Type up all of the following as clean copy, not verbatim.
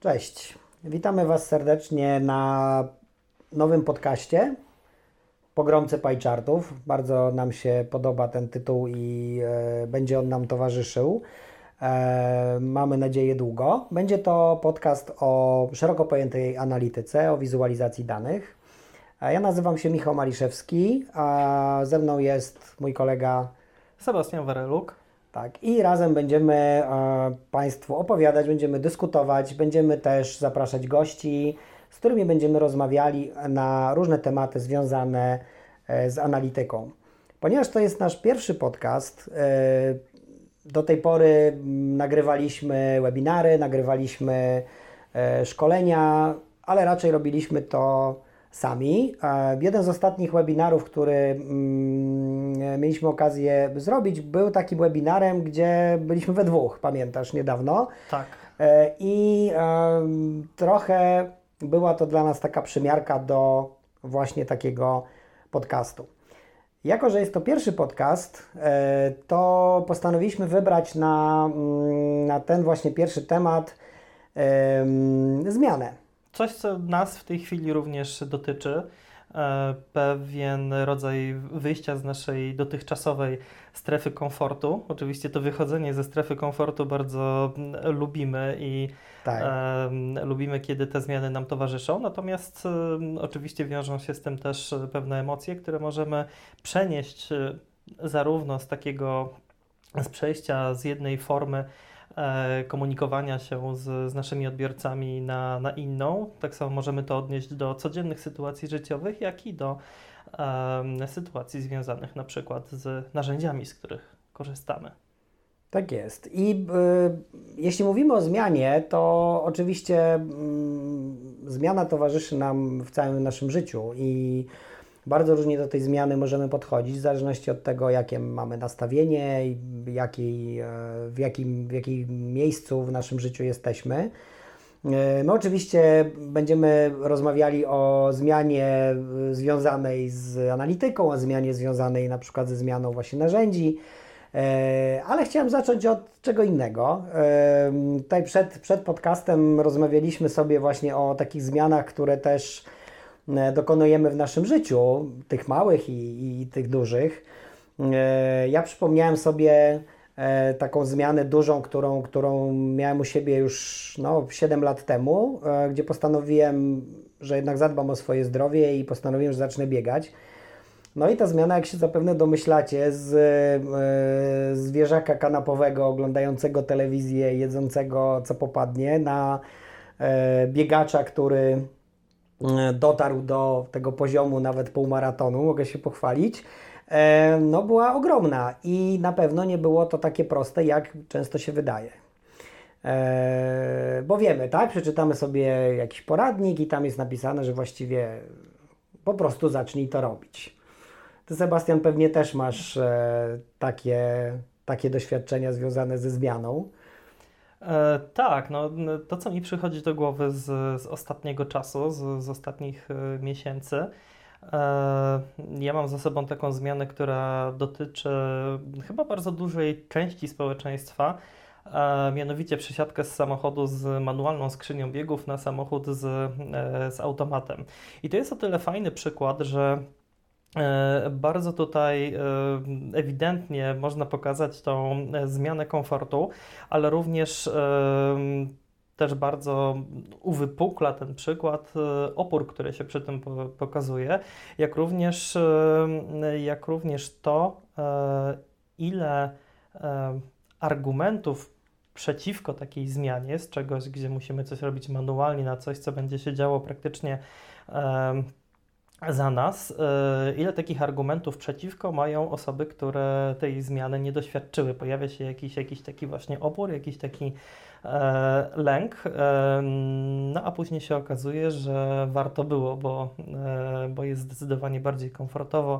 Cześć, witamy Was serdecznie na nowym podcaście Pogromcy Pie-Chartów. Bardzo nam się podoba ten tytuł i będzie on nam towarzyszył. Mamy nadzieję długo. Będzie to podcast o szeroko pojętej analityce, o wizualizacji danych. Ja nazywam się Michał Maliszewski, a ze mną jest mój kolega Sebastian Wareluk. Tak, i razem będziemy Państwu opowiadać, będziemy dyskutować, będziemy też zapraszać gości, z którymi będziemy rozmawiali na różne tematy związane z analityką. Ponieważ to jest nasz pierwszy podcast, do tej pory nagrywaliśmy webinary, nagrywaliśmy szkolenia, ale raczej robiliśmy to sami. Jeden z ostatnich webinarów, który mieliśmy okazję zrobić, był takim webinarem, gdzie byliśmy we dwóch, pamiętasz, niedawno. Tak. I trochę była to dla nas taka przymiarka do właśnie takiego podcastu. Jako że jest to pierwszy podcast, to postanowiliśmy wybrać na ten właśnie pierwszy temat zmianę. Coś, co nas w tej chwili również dotyczy, pewien rodzaj wyjścia z naszej dotychczasowej strefy komfortu. Oczywiście to wychodzenie ze strefy komfortu bardzo lubimy i Tak. Lubimy, kiedy te zmiany nam towarzyszą, natomiast oczywiście wiążą się z tym też pewne emocje, które możemy przenieść zarówno z przejścia z jednej formy komunikowania się z naszymi odbiorcami na inną. Tak samo możemy to odnieść do codziennych sytuacji życiowych, jak i do sytuacji związanych na przykład z narzędziami, z których korzystamy. Tak jest. I jeśli mówimy o zmianie, to oczywiście zmiana towarzyszy nam w całym naszym życiu i bardzo różnie do tej zmiany możemy podchodzić, w zależności od tego, jakie mamy nastawienie i w jakim miejscu w naszym życiu jesteśmy. My oczywiście będziemy rozmawiali o zmianie związanej z analityką, o zmianie związanej na przykład ze zmianą właśnie narzędzi, ale chciałem zacząć od czego innego. Tutaj przed podcastem rozmawialiśmy sobie właśnie o takich zmianach, które też dokonujemy w naszym życiu, tych małych i tych dużych. Ja przypomniałem sobie taką zmianę dużą, którą miałem u siebie już 7 lat temu, gdzie postanowiłem, że jednak zadbam o swoje zdrowie i postanowiłem, że zacznę biegać. No i ta zmiana, jak się zapewne domyślacie, z zwierzaka kanapowego, oglądającego telewizję, jedzącego co popadnie, na biegacza, który dotarł do tego poziomu nawet półmaratonu, mogę się pochwalić, była ogromna i na pewno nie było to takie proste, jak często się wydaje. Bo wiemy, tak? Przeczytamy sobie jakiś poradnik i tam jest napisane, że właściwie po prostu zacznij to robić. Ty, Sebastian, pewnie też masz takie doświadczenia związane ze zmianą. Tak, to co mi przychodzi do głowy z ostatniego czasu, z ostatnich miesięcy, ja mam za sobą taką zmianę, która dotyczy chyba bardzo dużej części społeczeństwa, mianowicie przesiadkę z samochodu z manualną skrzynią biegów na samochód z automatem. I to jest o tyle fajny przykład, że bardzo tutaj ewidentnie można pokazać tą zmianę komfortu, ale również też bardzo uwypukla ten przykład opór, który się przy tym pokazuje, jak również to, ile argumentów przeciwko takiej zmianie z czegoś, gdzie musimy coś robić manualnie, na coś, co będzie się działo praktycznie za nas, ile takich argumentów przeciwko mają osoby, które tej zmiany nie doświadczyły. Pojawia się jakiś taki właśnie opór, jakiś taki lęk, a później się okazuje, że warto było, bo jest zdecydowanie bardziej komfortowo,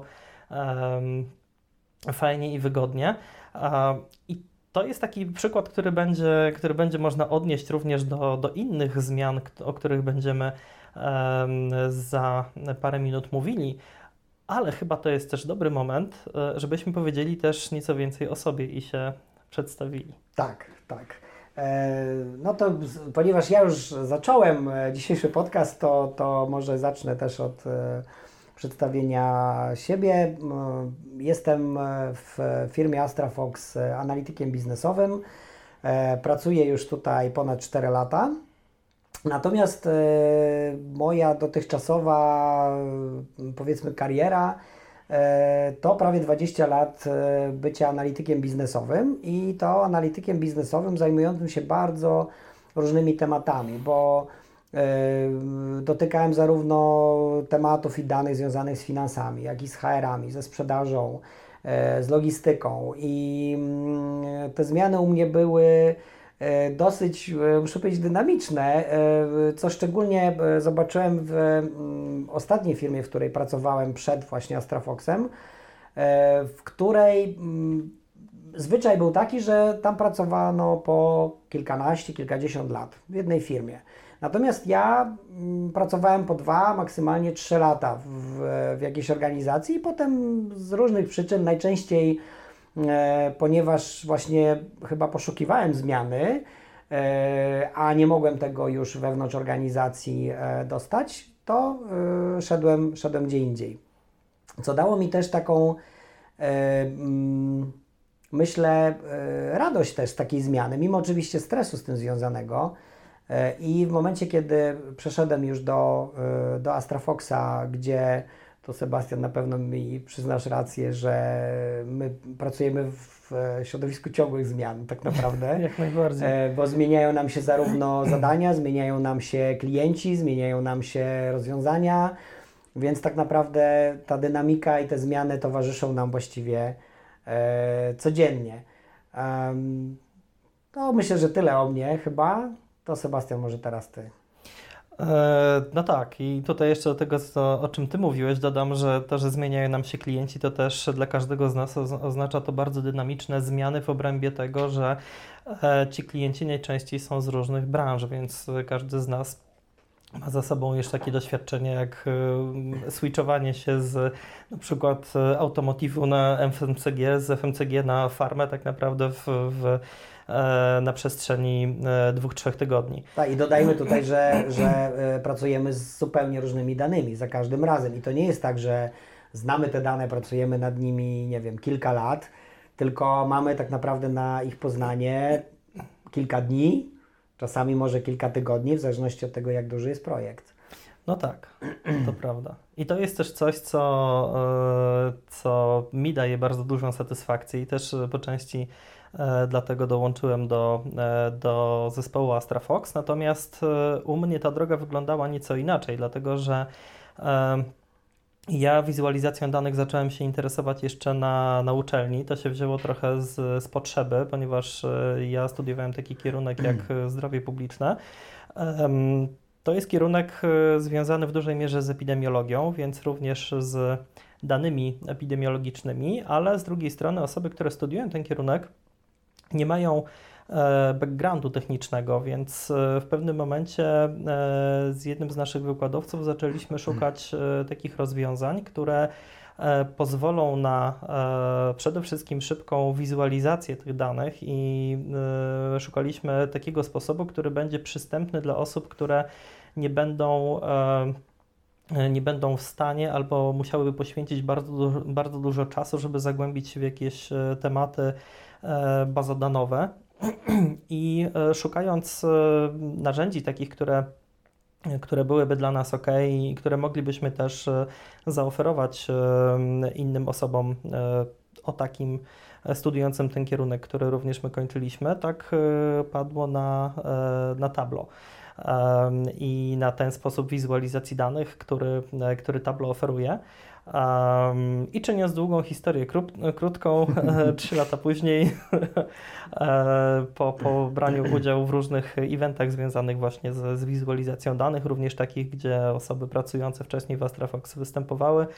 fajnie i wygodnie. I to jest taki przykład, który będzie można odnieść również do innych zmian, o których będziemy za parę minut mówili, ale chyba to jest też dobry moment, żebyśmy powiedzieli też nieco więcej o sobie i się przedstawili. Tak, tak. No to ponieważ ja już zacząłem dzisiejszy podcast, to może zacznę też od przedstawienia siebie. Jestem w firmie AstraFox analitykiem biznesowym. Pracuję już tutaj ponad 4 lata. Natomiast moja dotychczasowa, powiedzmy, kariera to prawie 20 lat bycia analitykiem biznesowym i to analitykiem biznesowym zajmującym się bardzo różnymi tematami, bo dotykałem zarówno tematów i danych związanych z finansami, jak i z HR-ami, ze sprzedażą, z logistyką i te zmiany u mnie były dosyć, muszę powiedzieć, dynamiczne, co szczególnie zobaczyłem w ostatniej firmie, w której pracowałem przed właśnie AstraFoxem, w której zwyczaj był taki, że tam pracowano po kilkanaście, kilkadziesiąt lat w jednej firmie. Natomiast ja pracowałem po 2, maksymalnie 3 lata w jakiejś organizacji i potem z różnych przyczyn, najczęściej ponieważ właśnie chyba poszukiwałem zmiany, a nie mogłem tego już wewnątrz organizacji dostać, to szedłem gdzie indziej. Co dało mi też taką, myślę, radość też z takiej zmiany, mimo oczywiście stresu z tym związanego. I w momencie, kiedy przeszedłem już do AstraFoxa, gdzie to Sebastian na pewno mi przyznasz rację, że my pracujemy w środowisku ciągłych zmian tak naprawdę. Jak najbardziej. Bo zmieniają nam się zarówno zadania, zmieniają nam się klienci, zmieniają nam się rozwiązania, więc tak naprawdę ta dynamika i te zmiany towarzyszą nam właściwie codziennie. To myślę, że tyle o mnie chyba. To Sebastian, może teraz Ty. No tak, i tutaj jeszcze do tego, o czym Ty mówiłeś, dodam, że to, że zmieniają nam się klienci, to też dla każdego z nas oznacza to bardzo dynamiczne zmiany w obrębie tego, że ci klienci najczęściej są z różnych branż, więc każdy z nas ma za sobą już takie doświadczenie jak switchowanie się z na przykład automotywu na FMCG, z FMCG na farmę tak naprawdę na przestrzeni 2-3 tygodni. Tak, i dodajmy tutaj, że pracujemy z zupełnie różnymi danymi za każdym razem. I to nie jest tak, że znamy te dane, pracujemy nad nimi, nie wiem, kilka lat, tylko mamy tak naprawdę na ich poznanie kilka dni, czasami może kilka tygodni, w zależności od tego, jak duży jest projekt. No tak, to prawda. I to jest też coś, co mi daje bardzo dużą satysfakcję i też po części dlatego dołączyłem do zespołu AstraFox. Natomiast u mnie ta droga wyglądała nieco inaczej, dlatego że ja wizualizacją danych zacząłem się interesować jeszcze na uczelni. To się wzięło trochę z potrzeby, ponieważ ja studiowałem taki kierunek jak zdrowie publiczne. To jest kierunek związany w dużej mierze z epidemiologią, więc również z danymi epidemiologicznymi, ale z drugiej strony osoby, które studiują ten kierunek, nie mają backgroundu technicznego, więc w pewnym momencie z jednym z naszych wykładowców zaczęliśmy szukać takich rozwiązań, które pozwolą na przede wszystkim szybką wizualizację tych danych i szukaliśmy takiego sposobu, który będzie przystępny dla osób, które nie będą w stanie albo musiałyby poświęcić bardzo dużo czasu, żeby zagłębić się w jakieś tematy bazodanowe. I szukając narzędzi takich, które byłyby dla nas ok i które moglibyśmy też zaoferować innym osobom o takim studiującym ten kierunek, który również my kończyliśmy, tak padło na Tableau. I na ten sposób wizualizacji danych, który Tableau oferuje. I czyniąc długą historię krótką, 3 lata później, po braniu udziału w różnych eventach związanych właśnie z wizualizacją danych, również takich, gdzie osoby pracujące wcześniej w AstraFox występowały,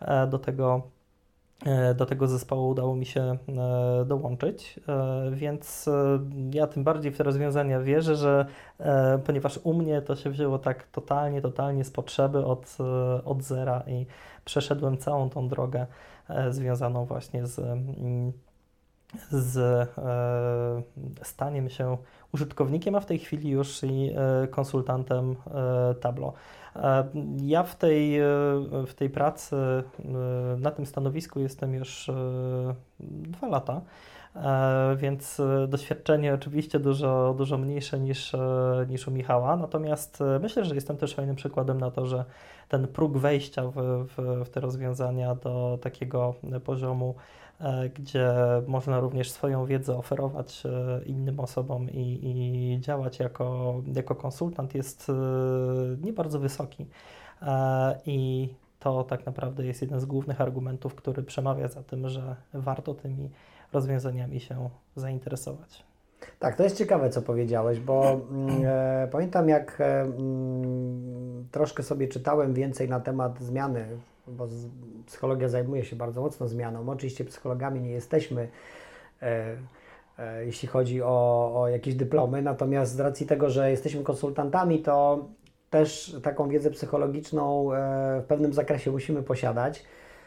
do tego zespołu udało mi się dołączyć, więc ja tym bardziej w te rozwiązania wierzę, że ponieważ u mnie to się wzięło tak totalnie z potrzeby od zera i przeszedłem całą tą drogę związaną właśnie z staniem się użytkownikiem, a w tej chwili już i konsultantem Tableau. Ja w tej pracy na tym stanowisku jestem już 2 lata, więc doświadczenie oczywiście dużo mniejsze niż u Michała, natomiast myślę, że jestem też fajnym przykładem na to, że ten próg wejścia w te rozwiązania do takiego poziomu, gdzie można również swoją wiedzę oferować innym osobom i działać jako konsultant jest nie bardzo wysoki. I to tak naprawdę jest jeden z głównych argumentów, który przemawia za tym, że warto tymi rozwiązaniami się zainteresować. Tak, to jest ciekawe, co powiedziałeś, bo pamiętam, jak troszkę sobie czytałem więcej na temat zmiany, bo psychologia zajmuje się bardzo mocno zmianą. Oczywiście psychologami nie jesteśmy, jeśli chodzi o jakieś dyplomy, natomiast z racji tego, że jesteśmy konsultantami, to też taką wiedzę psychologiczną w pewnym zakresie musimy posiadać,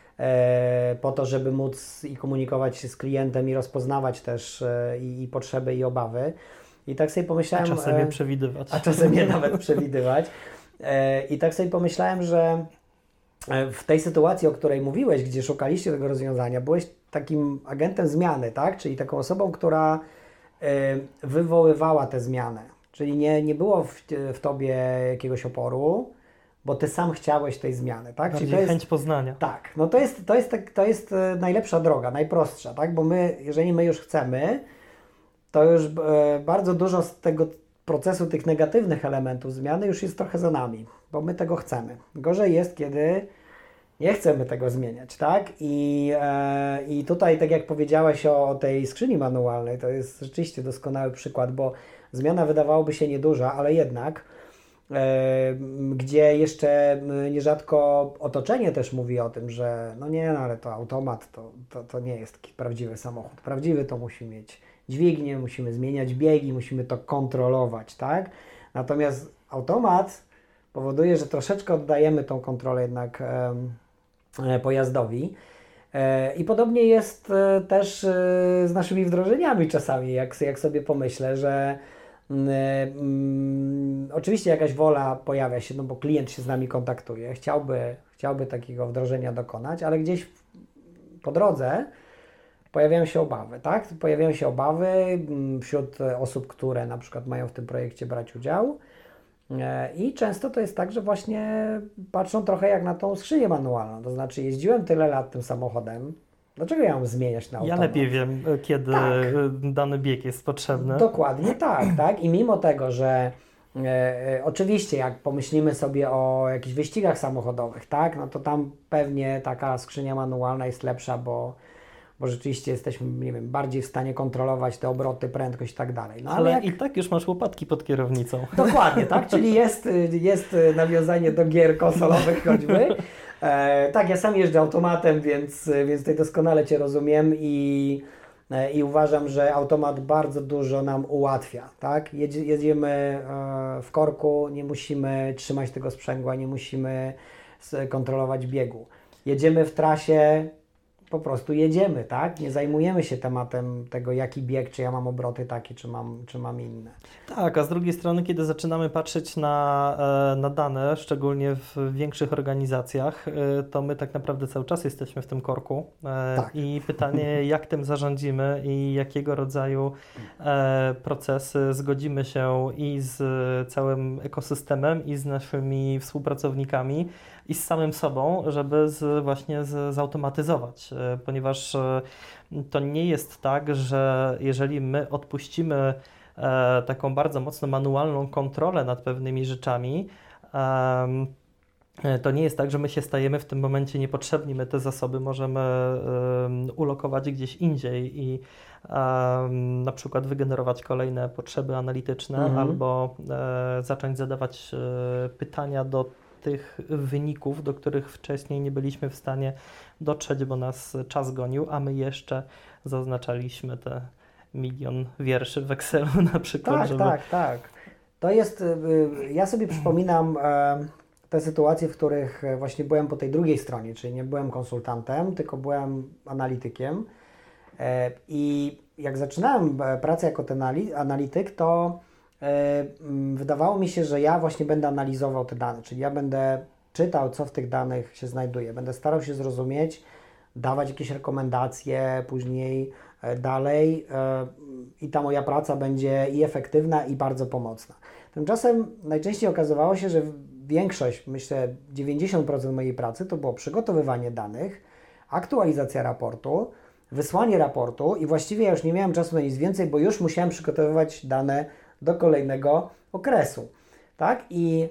po to, żeby móc i komunikować się z klientem i rozpoznawać też i potrzeby i obawy. I tak sobie pomyślałem... A czasem je przewidywać. A czasem je nawet przewidywać. I tak sobie pomyślałem, że w tej sytuacji, o której mówiłeś, gdzie szukaliście tego rozwiązania, byłeś takim agentem zmiany, tak? Czyli taką osobą, która wywoływała tę zmianę. Czyli nie było w tobie jakiegoś oporu, bo ty sam chciałeś tej zmiany, tak? Bardziej Czyli to jest chęć poznania. Tak, no to jest najlepsza droga, najprostsza, tak? Bo jeżeli my już chcemy, to już bardzo dużo z tego procesu tych negatywnych elementów zmiany już jest trochę za nami, bo my tego chcemy. Gorzej jest, kiedy nie chcemy tego zmieniać, tak? I tutaj, tak jak powiedziałeś o tej skrzyni manualnej, to jest rzeczywiście doskonały przykład, bo zmiana wydawałoby się nieduża, ale jednak gdzie jeszcze nierzadko otoczenie też mówi o tym, że no nie, no ale to automat to nie jest taki prawdziwy samochód. Prawdziwy to musi mieć dźwignię, musimy zmieniać biegi, musimy to kontrolować, tak? Natomiast automat powoduje, że troszeczkę oddajemy tą kontrolę jednak pojazdowi. I podobnie jest też z naszymi wdrożeniami czasami, jak sobie pomyślę, że oczywiście jakaś wola pojawia się, no bo klient się z nami kontaktuje, chciałby takiego wdrożenia dokonać, ale gdzieś po drodze pojawiają się obawy, tak? Pojawiają się obawy wśród osób, które na przykład mają w tym projekcie brać udział i często to jest tak, że właśnie patrzą trochę jak na tą skrzynię manualną, to znaczy jeździłem tyle lat tym samochodem, dlaczego ja mam zmieniać na automat? Ja lepiej wiem, kiedy dany bieg jest potrzebny. Dokładnie tak, tak. I mimo tego, że oczywiście jak pomyślimy sobie o jakichś wyścigach samochodowych, tak, no to tam pewnie taka skrzynia manualna jest lepsza, bo rzeczywiście jesteśmy, nie wiem, bardziej w stanie kontrolować te obroty, prędkość i tak dalej. No, ale i tak już masz łopatki pod kierownicą. Dokładnie, tak, czyli jest nawiązanie do gier konsolowych choćby. Tak, ja sam jeżdżę automatem, więc tutaj doskonale Cię rozumiem i uważam, że automat bardzo dużo nam ułatwia, tak? Jedziemy w korku, nie musimy trzymać tego sprzęgła, nie musimy kontrolować biegu. Jedziemy w trasie, po prostu jedziemy, tak? Nie zajmujemy się tematem tego, jaki bieg, czy ja mam obroty takie, czy mam inne. Tak, a z drugiej strony, kiedy zaczynamy patrzeć na dane, szczególnie w większych organizacjach, to my tak naprawdę cały czas jesteśmy w tym korku. Tak. I pytanie, jak tym zarządzimy i jakiego rodzaju procesy zgodzimy się i z całym ekosystemem, i z naszymi współpracownikami, i z samym sobą, żeby właśnie zautomatyzować, ponieważ to nie jest tak, że jeżeli my odpuścimy taką bardzo mocno manualną kontrolę nad pewnymi rzeczami, to nie jest tak, że my się stajemy w tym momencie niepotrzebni, my te zasoby możemy ulokować gdzieś indziej i na przykład wygenerować kolejne potrzeby analityczne albo zacząć zadawać pytania do tych wyników, do których wcześniej nie byliśmy w stanie dotrzeć, bo nas czas gonił, a my jeszcze zaznaczaliśmy te 1 000 000 wierszy w Excelu na przykład. Tak, tak. To jest, ja sobie przypominam te sytuacje, w których właśnie byłem po tej drugiej stronie, czyli nie byłem konsultantem, tylko byłem analitykiem I jak zaczynałem pracę jako ten analityk, to wydawało mi się, że ja właśnie będę analizował te dane, czyli ja będę czytał, co w tych danych się znajduje, będę starał się zrozumieć, dawać jakieś rekomendacje później dalej i ta moja praca będzie i efektywna, i bardzo pomocna. Tymczasem najczęściej okazywało się, że większość, myślę 90% mojej pracy to było przygotowywanie danych, aktualizacja raportu, wysłanie raportu i właściwie ja już nie miałem czasu na nic więcej, bo już musiałem przygotowywać dane do kolejnego okresu. Tak? I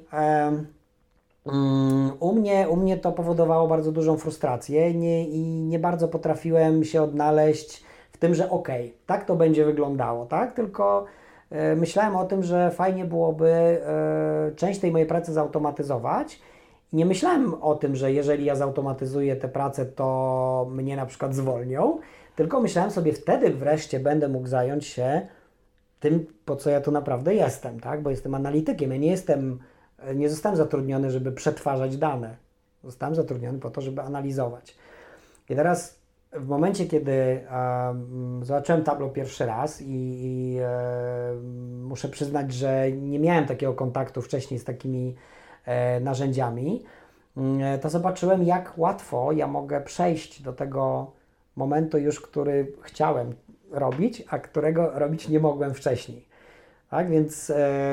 u mnie to powodowało bardzo dużą frustrację i nie bardzo potrafiłem się odnaleźć w tym, że tak to będzie wyglądało, tak? Tylko myślałem o tym, że fajnie byłoby część tej mojej pracy zautomatyzować. Nie myślałem o tym, że jeżeli ja zautomatyzuję tę pracę, to mnie na przykład zwolnią, tylko myślałem sobie, wtedy wreszcie będę mógł zająć się tym, po co ja tu naprawdę jestem, tak? Bo jestem analitykiem, ja nie zostałem zatrudniony, żeby przetwarzać dane. Zostałem zatrudniony po to, żeby analizować. I teraz w momencie, kiedy zobaczyłem Tableau pierwszy raz i muszę przyznać, że nie miałem takiego kontaktu wcześniej z takimi narzędziami, to zobaczyłem, jak łatwo ja mogę przejść do tego momentu już, który chciałem robić, a którego robić nie mogłem wcześniej. Tak, więc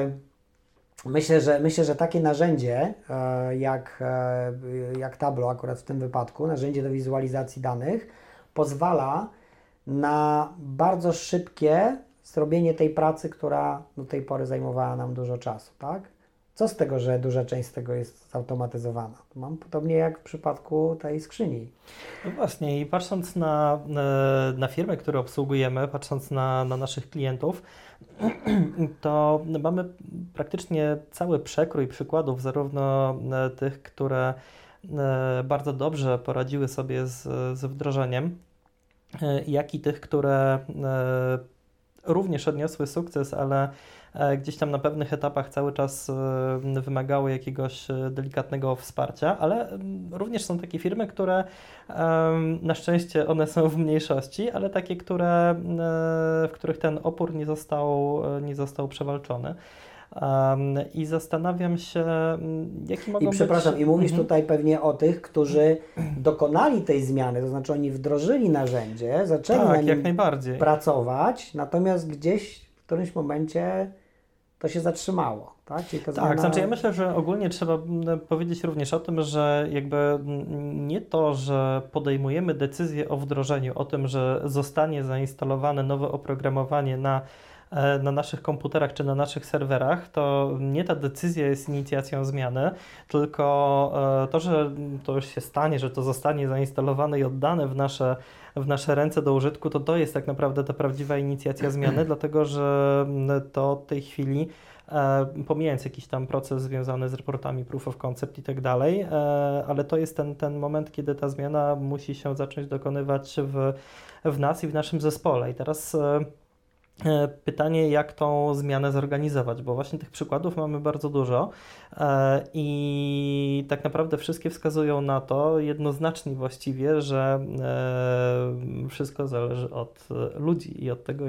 myślę, że takie narzędzie jak Tableau akurat w tym wypadku, narzędzie do wizualizacji danych, pozwala na bardzo szybkie zrobienie tej pracy, która do tej pory zajmowała nam dużo czasu, tak? Co z tego, że duża część z tego jest zautomatyzowana? Mam podobnie jak w przypadku tej skrzyni. No właśnie i patrząc na firmy, które obsługujemy, patrząc na naszych klientów, to mamy praktycznie cały przekrój przykładów, zarówno tych, które bardzo dobrze poradziły sobie z wdrożeniem, jak i tych, które również odniosły sukces, ale gdzieś tam na pewnych etapach cały czas wymagały jakiegoś delikatnego wsparcia, ale również są takie firmy, które na szczęście one są w mniejszości, ale takie, w których ten opór nie został przewalczony. I zastanawiam się, jaki mogą być... Przepraszam, i mówisz tutaj pewnie o tych, którzy dokonali tej zmiany, to znaczy oni wdrożyli narzędzie, zaczęli na nim jak najbardziej pracować, natomiast gdzieś w którymś momencie to się zatrzymało. Tak, czyli ta zmiana... Znaczy ja myślę, że ogólnie trzeba powiedzieć również o tym, że jakby nie to, że podejmujemy decyzję o wdrożeniu, o tym, że zostanie zainstalowane nowe oprogramowanie na naszych komputerach czy na naszych serwerach, to nie ta decyzja jest inicjacją zmiany, tylko to, że to już się stanie, że to zostanie zainstalowane i oddane w nasze ręce do użytku, to jest tak naprawdę ta prawdziwa inicjacja zmiany, dlatego że to od tej chwili, pomijając jakiś tam proces związany z raportami proof of concept i tak dalej, ale to jest ten moment, kiedy ta zmiana musi się zacząć dokonywać w nas i w naszym zespole. I teraz pytanie, jak tą zmianę zorganizować, bo właśnie tych przykładów mamy bardzo dużo i tak naprawdę wszystkie wskazują na to jednoznacznie właściwie, że wszystko zależy od ludzi i od tego,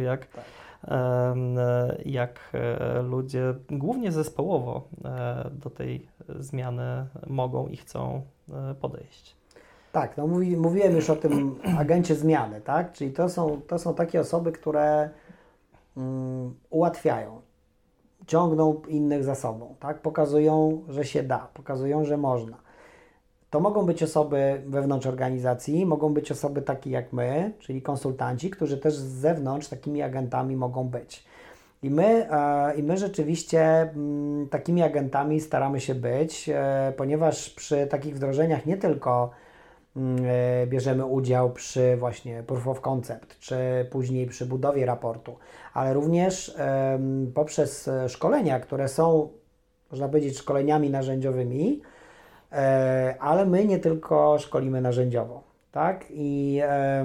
jak ludzie głównie zespołowo do tej zmiany mogą i chcą podejść. Tak, no mówiłem już o tym agencie zmiany, tak? Czyli to są takie osoby, które ułatwiają, ciągną innych za sobą, tak? Pokazują, że się da, pokazują, że można. To mogą być osoby wewnątrz organizacji, mogą być osoby takie jak my, czyli konsultanci, którzy też z zewnątrz takimi agentami mogą być. I my rzeczywiście takimi agentami staramy się być, ponieważ przy takich wdrożeniach nie tylko bierzemy udział przy właśnie proof of concept, czy później przy budowie raportu, ale również poprzez szkolenia, które są, można powiedzieć, szkoleniami narzędziowymi, ale my nie tylko szkolimy narzędziowo, tak? I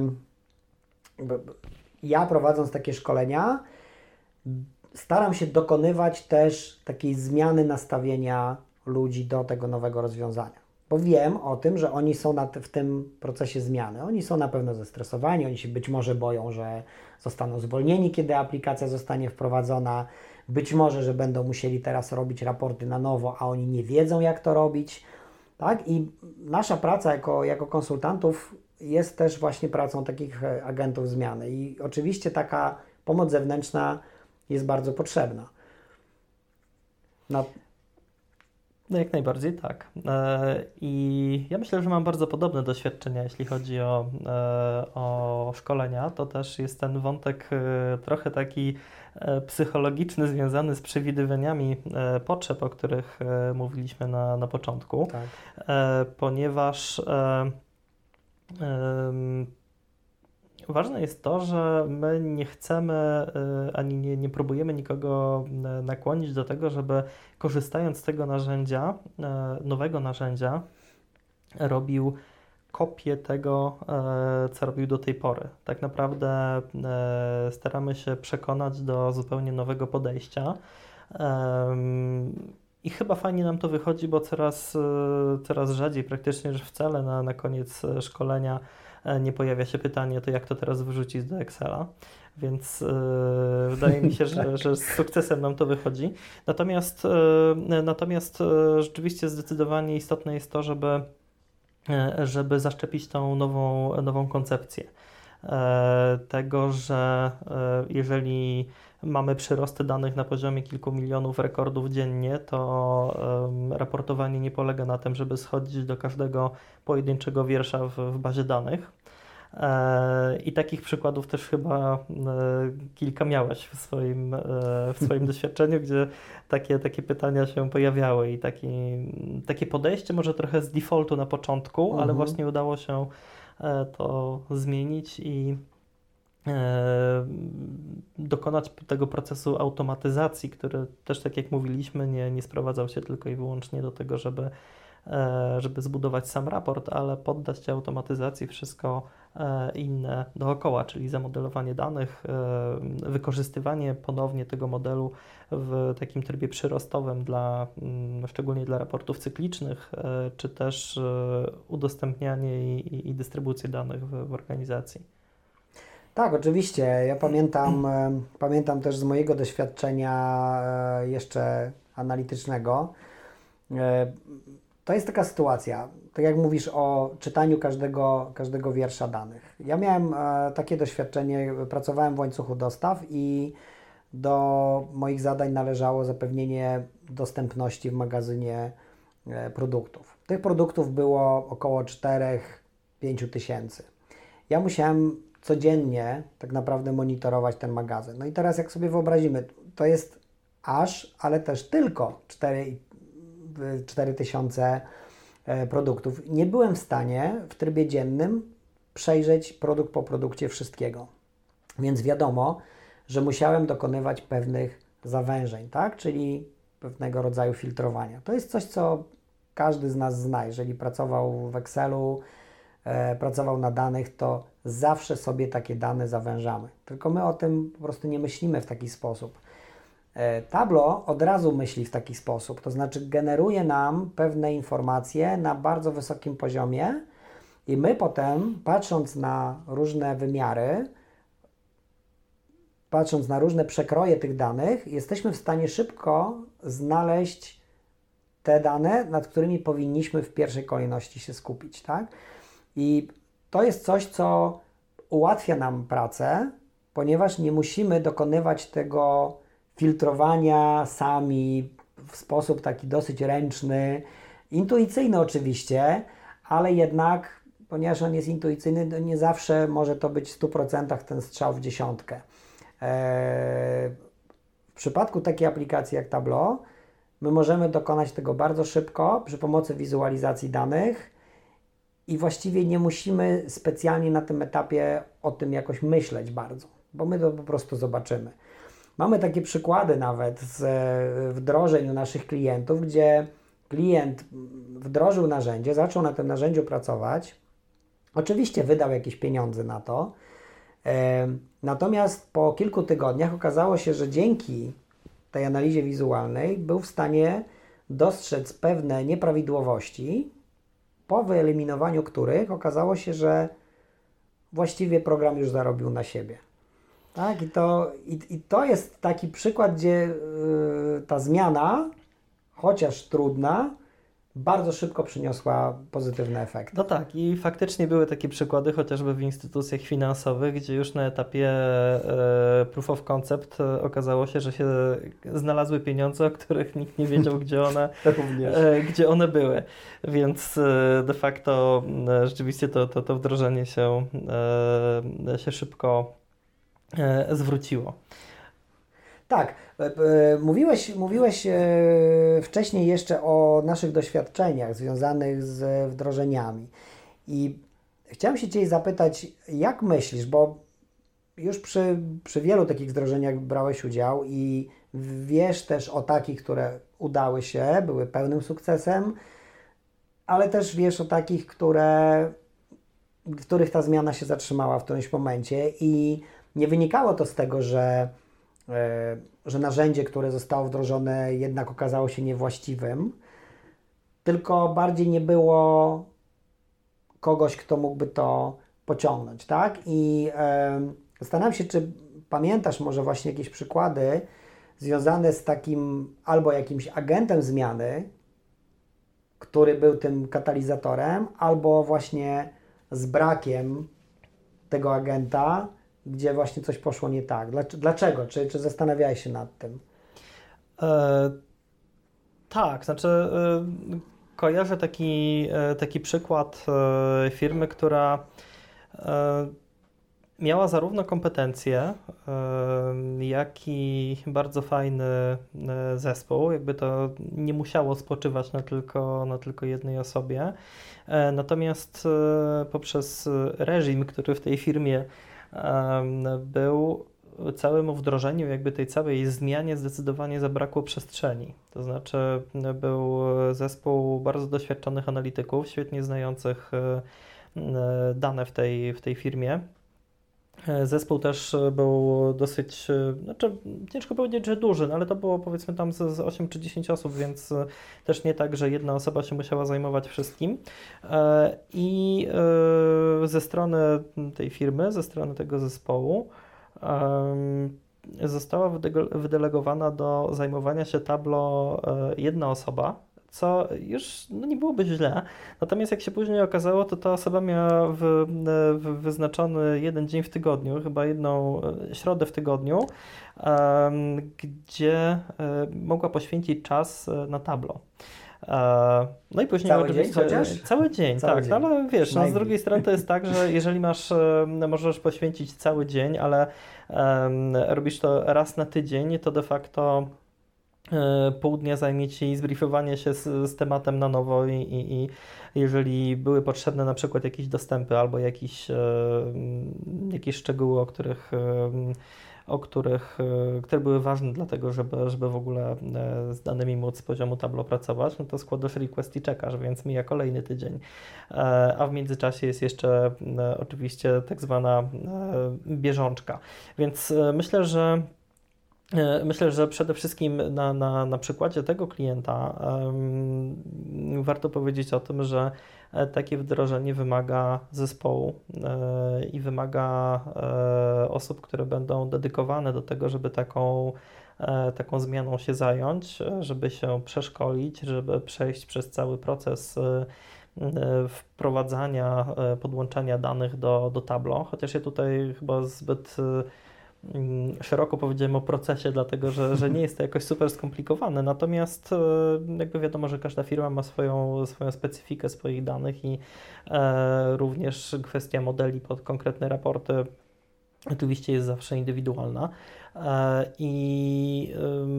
ja prowadząc takie szkolenia staram się dokonywać też takiej zmiany nastawienia ludzi do tego nowego rozwiązania. bo wiem o tym, że oni są w tym procesie zmiany. Oni są na pewno zestresowani, oni się być może boją, że zostaną zwolnieni, kiedy aplikacja zostanie wprowadzona. Być może, że będą musieli teraz robić raporty na nowo, a oni nie wiedzą, jak to robić. Tak? I nasza praca jako konsultantów jest też właśnie pracą takich agentów zmiany. I oczywiście taka pomoc zewnętrzna jest bardzo potrzebna. No jak najbardziej tak. I ja myślę, że mam bardzo podobne doświadczenia, jeśli chodzi o szkolenia. To też jest ten wątek trochę taki psychologiczny, związany z przewidywaniami potrzeb, o których mówiliśmy na początku. Tak. Ponieważ ważne jest to, że my nie chcemy ani nie próbujemy nikogo nakłonić do tego, żeby korzystając z tego narzędzia, nowego narzędzia, robił kopię tego, co robił do tej pory. Tak naprawdę staramy się przekonać do zupełnie nowego podejścia. I chyba fajnie nam to wychodzi, bo coraz rzadziej, praktycznie że wcale na koniec szkolenia nie pojawia się pytanie, to jak to teraz wyrzucić do Excela, więc wydaje mi się, że z sukcesem nam to wychodzi. Natomiast rzeczywiście zdecydowanie istotne jest to, żeby zaszczepić tą nową koncepcję tego, że jeżeli mamy przyrosty danych na poziomie kilku milionów rekordów dziennie, to raportowanie nie polega na tym, żeby schodzić do każdego pojedynczego wiersza w bazie danych. I takich przykładów też chyba kilka miałeś w swoim doświadczeniu, gdzie takie pytania się pojawiały i takie podejście może trochę z defaultu na początku, ale właśnie udało się to zmienić i dokonać tego procesu automatyzacji, który też, tak jak mówiliśmy, nie sprowadzał się tylko i wyłącznie do tego, żeby zbudować sam raport, ale poddać tej automatyzacji wszystko inne dookoła, czyli zamodelowanie danych, wykorzystywanie ponownie tego modelu w takim trybie przyrostowym szczególnie dla raportów cyklicznych, czy też udostępnianie i dystrybucję danych w organizacji. Tak, oczywiście. Ja pamiętam też z mojego doświadczenia jeszcze analitycznego. To jest taka sytuacja, tak jak mówisz o czytaniu każdego wiersza danych. Ja miałem takie doświadczenie, pracowałem w łańcuchu dostaw i do moich zadań należało zapewnienie dostępności w magazynie produktów. Tych produktów było około 4-5 tysięcy. Ja musiałem codziennie tak naprawdę monitorować ten magazyn. No i teraz jak sobie wyobrazimy, to jest ale też tylko 4 tysiące produktów. Nie byłem w stanie w trybie dziennym przejrzeć produkt po produkcie wszystkiego. Więc wiadomo, że musiałem dokonywać pewnych zawężeń, tak? Czyli pewnego rodzaju filtrowania. To jest coś, co każdy z nas zna. Jeżeli pracował w Excelu, pracował na danych, to zawsze sobie takie dane zawężamy. Tylko my o tym po prostu nie myślimy w taki sposób. Tableau od razu myśli w taki sposób, to znaczy generuje nam pewne informacje na bardzo wysokim poziomie i my potem, patrząc na różne wymiary, patrząc na różne przekroje tych danych, jesteśmy w stanie szybko znaleźć te dane, nad którymi powinniśmy w pierwszej kolejności się skupić, tak? I to jest coś, co ułatwia nam pracę, ponieważ nie musimy dokonywać tego filtrowania sami w sposób taki dosyć ręczny, intuicyjny oczywiście, ale jednak, ponieważ on jest intuicyjny, to nie zawsze może to być w 100% ten strzał w dziesiątkę. W przypadku takiej aplikacji jak Tableau, my możemy dokonać tego bardzo szybko przy pomocy wizualizacji danych i właściwie nie musimy specjalnie na tym etapie o tym jakoś myśleć bardzo, bo my to po prostu zobaczymy. Mamy takie przykłady nawet z wdrożeń u naszych klientów, gdzie klient wdrożył narzędzie, zaczął na tym narzędziu pracować, oczywiście wydał jakieś pieniądze na to, natomiast po kilku tygodniach okazało się, że dzięki tej analizie wizualnej był w stanie dostrzec pewne nieprawidłowości po wyeliminowaniu których okazało się, że właściwie program już zarobił na siebie. Tak? I to jest taki przykład, gdzie ta zmiana, chociaż trudna, bardzo szybko przyniosła pozytywne efekty. No tak, i faktycznie były takie przykłady, chociażby w instytucjach finansowych, gdzie już na etapie proof of concept okazało się, że się znalazły pieniądze, o których nikt nie wiedział, gdzie one były. Więc de facto rzeczywiście to wdrożenie się szybko zwróciło. Tak, mówiłeś wcześniej jeszcze o naszych doświadczeniach związanych z wdrożeniami i chciałem się Ciebie zapytać, jak myślisz, bo już przy wielu takich wdrożeniach brałeś udział i wiesz też o takich, które udały się, były pełnym sukcesem, ale też wiesz o takich, w których ta zmiana się zatrzymała w którymś momencie i nie wynikało to z tego, że narzędzie, które zostało wdrożone, jednak okazało się niewłaściwym, tylko bardziej nie było kogoś, kto mógłby to pociągnąć, tak? I zastanawiam się, czy pamiętasz może właśnie jakieś przykłady związane z takim albo jakimś agentem zmiany, który był tym katalizatorem, albo właśnie z brakiem tego agenta, gdzie właśnie coś poszło nie tak. Dlaczego? Czy zastanawiałeś się nad tym? Tak, znaczy kojarzę taki przykład firmy, która miała zarówno kompetencje, jak i bardzo fajny zespół. Jakby to nie musiało spoczywać na tylko jednej osobie. Natomiast poprzez reżim, który w tej firmie był, całemu wdrożeniu, jakby tej całej zmianie zdecydowanie zabrakło przestrzeni. To znaczy był zespół bardzo doświadczonych analityków, świetnie znających dane w tej firmie. Zespół też był dosyć, znaczy ciężko powiedzieć, że duży, no ale to było powiedzmy tam z 8 czy 10 osób, więc też nie tak, że jedna osoba się musiała zajmować wszystkim. I ze strony tej firmy, ze strony tego zespołu została wydelegowana do zajmowania się Tableau jedna osoba, co już nie byłoby źle. Natomiast jak się później okazało, to ta osoba miała wyznaczony jeden dzień w tygodniu, chyba jedną środę w tygodniu, gdzie mogła poświęcić czas na Tableau. No i później cały dzień chociaż? Cały dzień, cały tak, dzień. Ale wiesz, no, z drugiej strony to jest tak, że jeżeli możesz poświęcić cały dzień, ale robisz to raz na tydzień, to de facto pół dnia zajmie Ci zbriefowanie się z tematem na nowo i jeżeli były potrzebne na przykład jakieś dostępy albo jakieś szczegóły, które były ważne dlatego, żeby w ogóle z danymi móc z poziomu Tableau pracować, no to składasz request i czekasz, więc mija kolejny tydzień. A w międzyczasie jest jeszcze oczywiście tak zwana bieżączka. Więc myślę, że przede wszystkim na przykładzie tego klienta warto powiedzieć o tym, że takie wdrożenie wymaga zespołu i wymaga osób, które będą dedykowane do tego, żeby taką zmianą się zająć, żeby się przeszkolić, żeby przejść przez cały proces wprowadzania, podłączania danych do Tableau, chociaż ja tutaj chyba zbyt szeroko powiedziałem o procesie, dlatego że nie jest to jakoś super skomplikowane, natomiast jakby wiadomo, że każda firma ma swoją specyfikę swoich danych i również kwestia modeli pod konkretne raporty oczywiście jest zawsze indywidualna i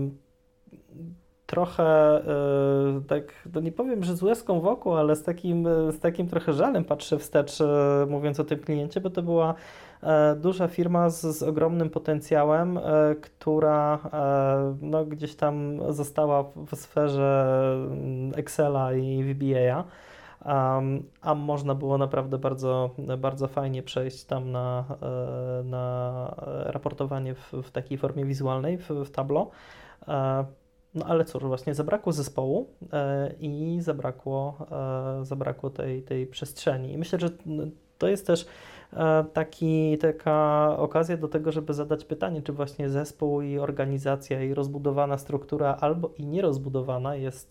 trochę tak, no nie powiem, że z łezką wokół, ale z takim trochę żalem patrzę wstecz, mówiąc o tym kliencie, bo to była duża firma z ogromnym potencjałem, która no, gdzieś tam została w sferze Excela i VBA, a można było naprawdę bardzo, bardzo fajnie przejść tam na raportowanie w takiej formie wizualnej w Tableau. No ale cóż, właśnie zabrakło zespołu i zabrakło tej przestrzeni. I myślę, że to jest też taka okazja do tego, żeby zadać pytanie, czy właśnie zespół i organizacja i rozbudowana struktura albo i nierozbudowana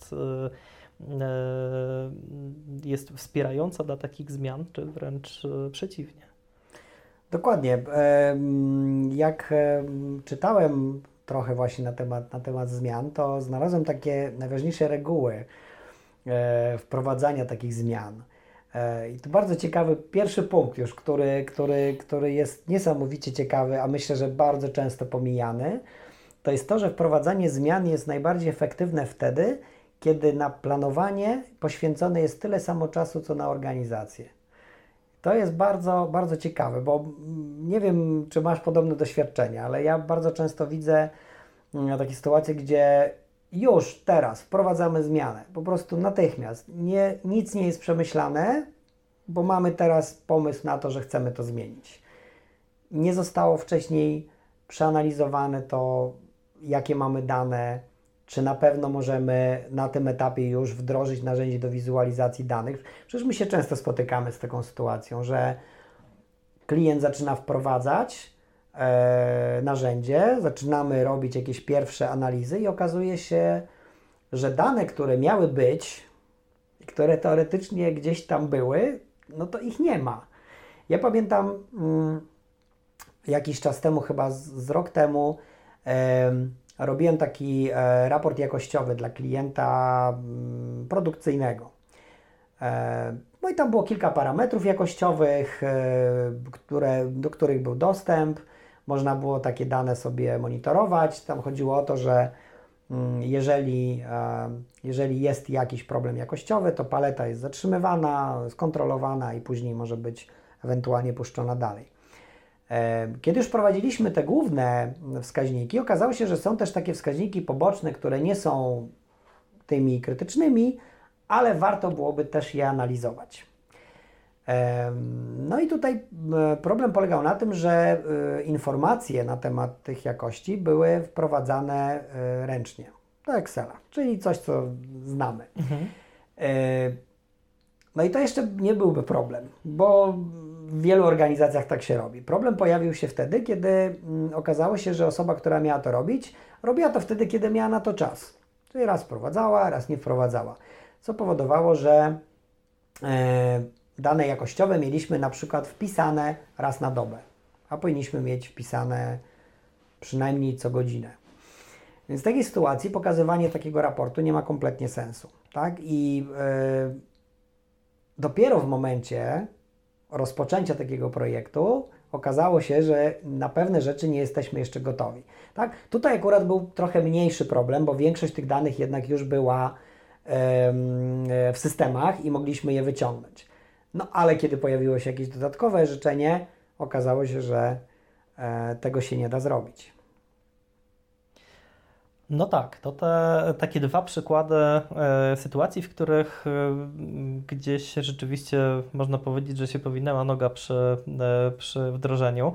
jest wspierająca dla takich zmian, czy wręcz przeciwnie. Dokładnie. Jak czytałem trochę właśnie na temat zmian, to znalazłem takie najważniejsze reguły wprowadzania takich zmian. I to bardzo ciekawy pierwszy punkt już, który jest niesamowicie ciekawy, a myślę, że bardzo często pomijany, to jest to, że wprowadzanie zmian jest najbardziej efektywne wtedy, kiedy na planowanie poświęcone jest tyle samo czasu, co na organizację. To jest bardzo, bardzo ciekawe, bo nie wiem, czy masz podobne doświadczenia, ale ja bardzo często widzę takie sytuacje, gdzie już teraz wprowadzamy zmianę, po prostu natychmiast. Nic nie jest przemyślane, bo mamy teraz pomysł na to, że chcemy to zmienić. Nie zostało wcześniej przeanalizowane to, jakie mamy dane, czy na pewno możemy na tym etapie już wdrożyć narzędzie do wizualizacji danych. Przecież my się często spotykamy z taką sytuacją, że klient zaczyna wprowadzać narzędzie, zaczynamy robić jakieś pierwsze analizy i okazuje się, że dane, które miały być, które teoretycznie gdzieś tam były, no to ich nie ma. Ja pamiętam jakiś czas temu, chyba z rok temu, robiłem taki raport jakościowy dla klienta produkcyjnego. No i tam było kilka parametrów jakościowych, do których był dostęp. Można było takie dane sobie monitorować. Tam chodziło o to, że jeżeli jest jakiś problem jakościowy, to paleta jest zatrzymywana, skontrolowana i później może być ewentualnie puszczona dalej. Kiedy już prowadziliśmy te główne wskaźniki, okazało się, że są też takie wskaźniki poboczne, które nie są tymi krytycznymi, ale warto byłoby też je analizować. No i tutaj problem polegał na tym, że informacje na temat tych jakości były wprowadzane ręcznie do Excela, czyli coś, co znamy. No i to jeszcze nie byłby problem, bo w wielu organizacjach tak się robi. Problem pojawił się wtedy, kiedy okazało się, że osoba, która miała to robić, robiła to wtedy, kiedy miała na to czas. Czyli raz wprowadzała, raz nie wprowadzała. Co powodowało, że dane jakościowe mieliśmy na przykład wpisane raz na dobę, a powinniśmy mieć wpisane przynajmniej co godzinę. Więc w takiej sytuacji pokazywanie takiego raportu nie ma kompletnie sensu. Tak? I dopiero w momencie rozpoczęcia takiego projektu okazało się, że na pewne rzeczy nie jesteśmy jeszcze gotowi. Tak? Tutaj akurat był trochę mniejszy problem, bo większość tych danych jednak już była w systemach i mogliśmy je wyciągnąć. No ale kiedy pojawiło się jakieś dodatkowe życzenie, okazało się, że tego się nie da zrobić. No tak, to takie dwa przykłady sytuacji, w których gdzieś rzeczywiście można powiedzieć, że się powinęła noga przy wdrożeniu.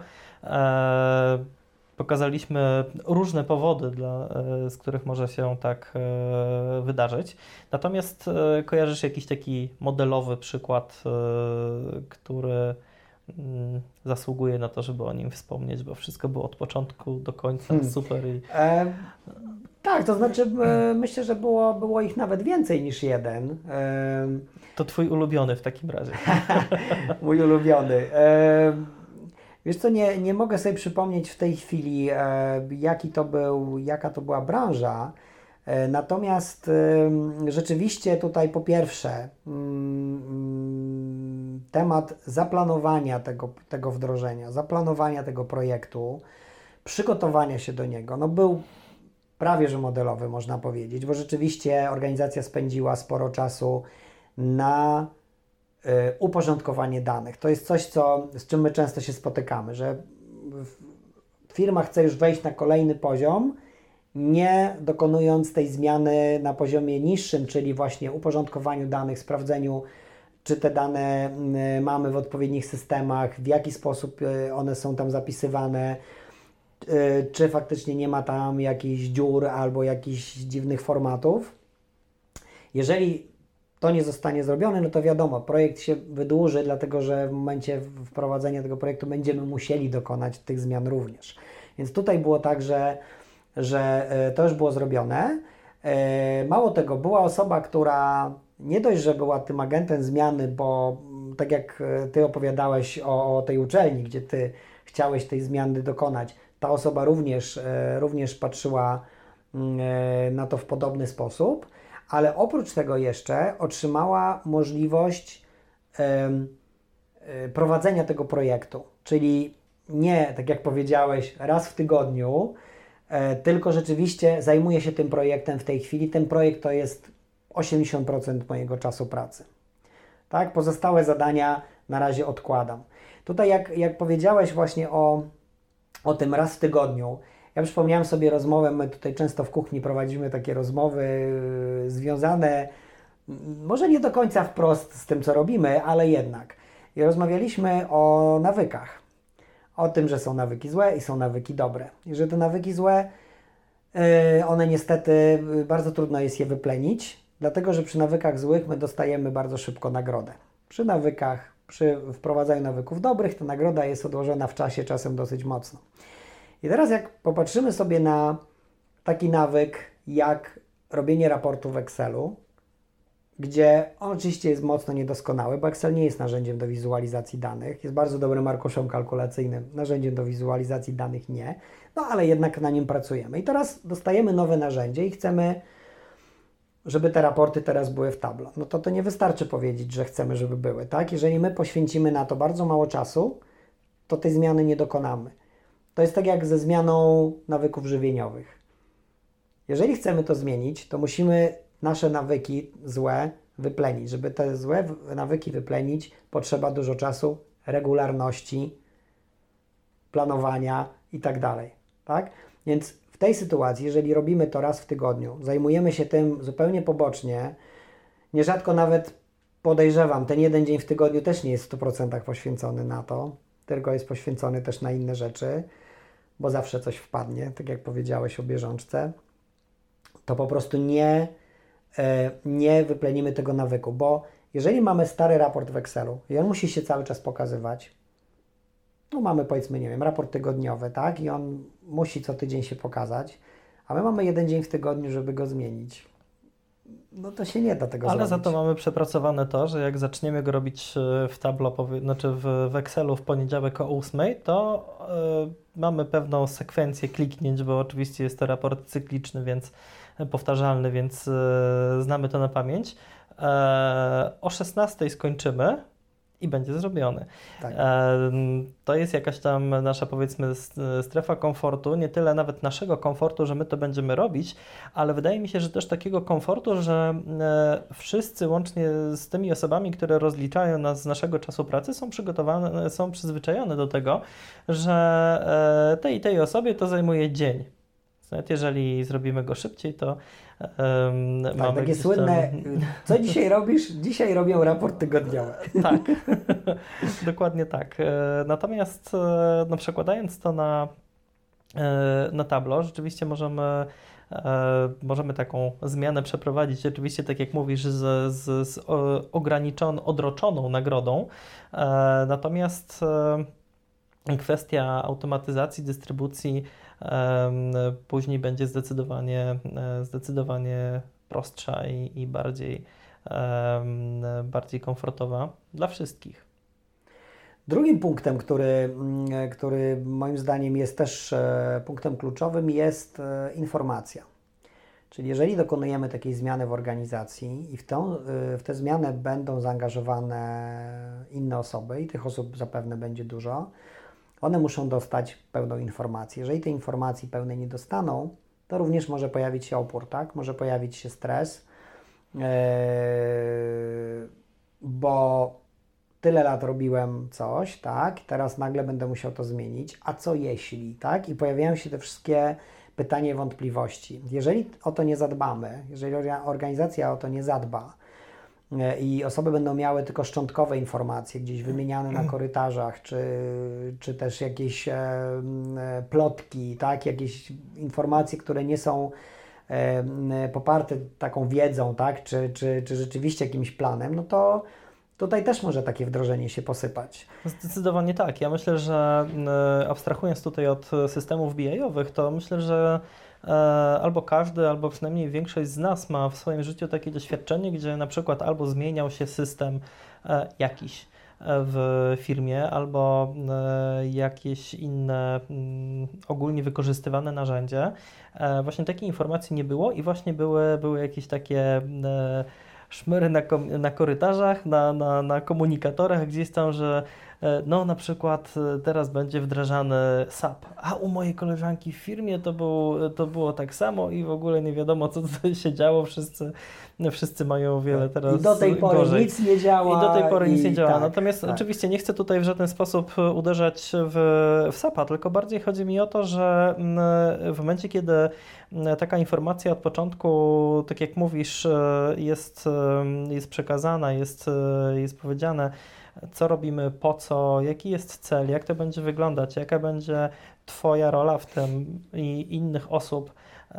Pokazaliśmy różne powody, z których może się tak wydarzyć. Natomiast kojarzysz jakiś taki modelowy przykład, który zasługuje na to, żeby o nim wspomnieć, bo wszystko było od początku do końca super. Tak, to znaczy myślę, że było ich nawet więcej niż jeden. To Twój ulubiony w takim razie. Mój ulubiony. Wiesz co, nie mogę sobie przypomnieć w tej chwili, jaka to była branża, natomiast rzeczywiście tutaj po pierwsze temat zaplanowania tego wdrożenia, zaplanowania tego projektu, przygotowania się do niego, no był prawie że modelowy, można powiedzieć, bo rzeczywiście organizacja spędziła sporo czasu na uporządkowanie danych. To jest coś, z czym my często się spotykamy, że firma chce już wejść na kolejny poziom, nie dokonując tej zmiany na poziomie niższym, czyli właśnie uporządkowaniu danych, sprawdzeniu, czy te dane mamy w odpowiednich systemach, w jaki sposób one są tam zapisywane, czy faktycznie nie ma tam jakichś dziur albo jakichś dziwnych formatów. Jeżeli to nie zostanie zrobione, no to wiadomo, projekt się wydłuży, dlatego że w momencie wprowadzenia tego projektu będziemy musieli dokonać tych zmian również. Więc tutaj było tak, że to już było zrobione. Mało tego, była osoba, która nie dość, że była tym agentem zmiany, bo tak jak Ty opowiadałeś o tej uczelni, gdzie Ty chciałeś tej zmiany dokonać, ta osoba również patrzyła na to w podobny sposób, ale oprócz tego jeszcze otrzymała możliwość prowadzenia tego projektu, czyli nie, tak jak powiedziałeś, raz w tygodniu, tylko rzeczywiście zajmuję się tym projektem w tej chwili. Ten projekt to jest 80% mojego czasu pracy. Tak? Pozostałe zadania na razie odkładam. Tutaj jak powiedziałeś właśnie o tym raz w tygodniu, ja przypomniałem sobie rozmowę, my tutaj często w kuchni prowadzimy takie rozmowy związane może nie do końca wprost z tym, co robimy, ale jednak. I rozmawialiśmy o nawykach. O tym, że są nawyki złe i są nawyki dobre. I że te nawyki złe, one niestety bardzo trudno jest je wyplenić, dlatego że przy nawykach złych my dostajemy bardzo szybko nagrodę. Przy wprowadzaniu nawyków dobrych ta nagroda jest odłożona w czasie, czasem dosyć mocno. I teraz jak popatrzymy sobie na taki nawyk jak robienie raportu w Excelu, gdzie on oczywiście jest mocno niedoskonały, bo Excel nie jest narzędziem do wizualizacji danych, jest bardzo dobrym arkuszem kalkulacyjnym, narzędziem do wizualizacji danych nie, no ale jednak na nim pracujemy. I teraz dostajemy nowe narzędzie i chcemy, żeby te raporty teraz były w Tableau. No to nie wystarczy powiedzieć, że chcemy, żeby były, tak? Jeżeli my poświęcimy na to bardzo mało czasu, to tej zmiany nie dokonamy. To jest tak jak ze zmianą nawyków żywieniowych. Jeżeli chcemy to zmienić, to musimy nasze nawyki złe wyplenić. Żeby te złe nawyki wyplenić, potrzeba dużo czasu, regularności, planowania i tak dalej. Tak? Więc w tej sytuacji, jeżeli robimy to raz w tygodniu, zajmujemy się tym zupełnie pobocznie, nierzadko nawet podejrzewam, ten jeden dzień w tygodniu też nie jest w 100% poświęcony na to, tylko jest poświęcony też na inne rzeczy, bo zawsze coś wpadnie, tak jak powiedziałeś o bieżączce, to po prostu nie wyplenimy tego nawyku, bo jeżeli mamy stary raport w Excelu i on musi się cały czas pokazywać, no mamy powiedzmy, nie wiem, raport tygodniowy, tak, i on musi co tydzień się pokazać, a my mamy jeden dzień w tygodniu, żeby go zmienić. No to się nie da tego zrobić. Ale za to mamy przepracowane to, że jak zaczniemy go robić w Tableau, znaczy w Excelu w poniedziałek o 8, to mamy pewną sekwencję kliknięć, bo oczywiście jest to raport cykliczny, więc powtarzalny, więc znamy to na pamięć. O 16 skończymy i będzie zrobiony. Tak. To jest jakaś tam nasza, powiedzmy, strefa komfortu, nie tyle nawet naszego komfortu, że my to będziemy robić, ale wydaje mi się, że też takiego komfortu, że wszyscy łącznie z tymi osobami, które rozliczają nas z naszego czasu pracy, są przygotowane, są przyzwyczajone do tego, że tej osobie to zajmuje dzień. Nawet jeżeli zrobimy go szybciej, to mamy takie słynne, co dzisiaj robisz? Dzisiaj robią raport tygodniowy. Tak, dokładnie tak. Natomiast no, przekładając to na Tableau, rzeczywiście możemy taką zmianę przeprowadzić, oczywiście tak jak mówisz, z odroczoną nagrodą. Natomiast kwestia automatyzacji, dystrybucji później będzie zdecydowanie prostsza i bardziej komfortowa dla wszystkich. Drugim punktem, który moim zdaniem jest też punktem kluczowym, jest informacja. Czyli jeżeli dokonujemy takiej zmiany w organizacji i w tę zmianę będą zaangażowane inne osoby i tych osób zapewne będzie dużo, one muszą dostać pełną informację. Jeżeli tej informacji pełnej nie dostaną, to również może pojawić się opór, tak? Może pojawić się stres, bo tyle lat robiłem coś, tak? Teraz nagle będę musiał to zmienić. A co jeśli, tak? I pojawiają się te wszystkie pytania i wątpliwości. Jeżeli o to nie zadbamy, jeżeli organizacja o to nie zadba, i osoby będą miały tylko szczątkowe informacje, gdzieś wymieniane na korytarzach, czy też jakieś plotki, tak? Jakieś informacje, które nie są poparte taką wiedzą, tak? Czy rzeczywiście jakimś planem, no to tutaj też może takie wdrożenie się posypać. Zdecydowanie tak. Ja myślę, że abstrahując tutaj od systemów BI-owych, to myślę, że albo każdy, albo przynajmniej większość z nas ma w swoim życiu takie doświadczenie, gdzie na przykład albo zmieniał się system jakiś w firmie, albo jakieś inne ogólnie wykorzystywane narzędzie. Właśnie takiej informacji nie było i właśnie były jakieś takie szmery na korytarzach, na komunikatorach, gdzieś tam, że no na przykład teraz będzie wdrażany SAP, a u mojej koleżanki w firmie to było tak samo i w ogóle nie wiadomo, co tutaj się działo, wszyscy mają o wiele teraz I do tej pory gorzej. nic nie działa. I do tej pory nic nie działa. Tak, Natomiast tak. oczywiście nie chcę tutaj w żaden sposób uderzać w SAP-a, tylko bardziej chodzi mi o to, że w momencie, kiedy taka informacja od początku, tak jak mówisz, jest przekazana, jest powiedziane, co robimy, po co, jaki jest cel, jak to będzie wyglądać, jaka będzie Twoja rola w tym i innych osób,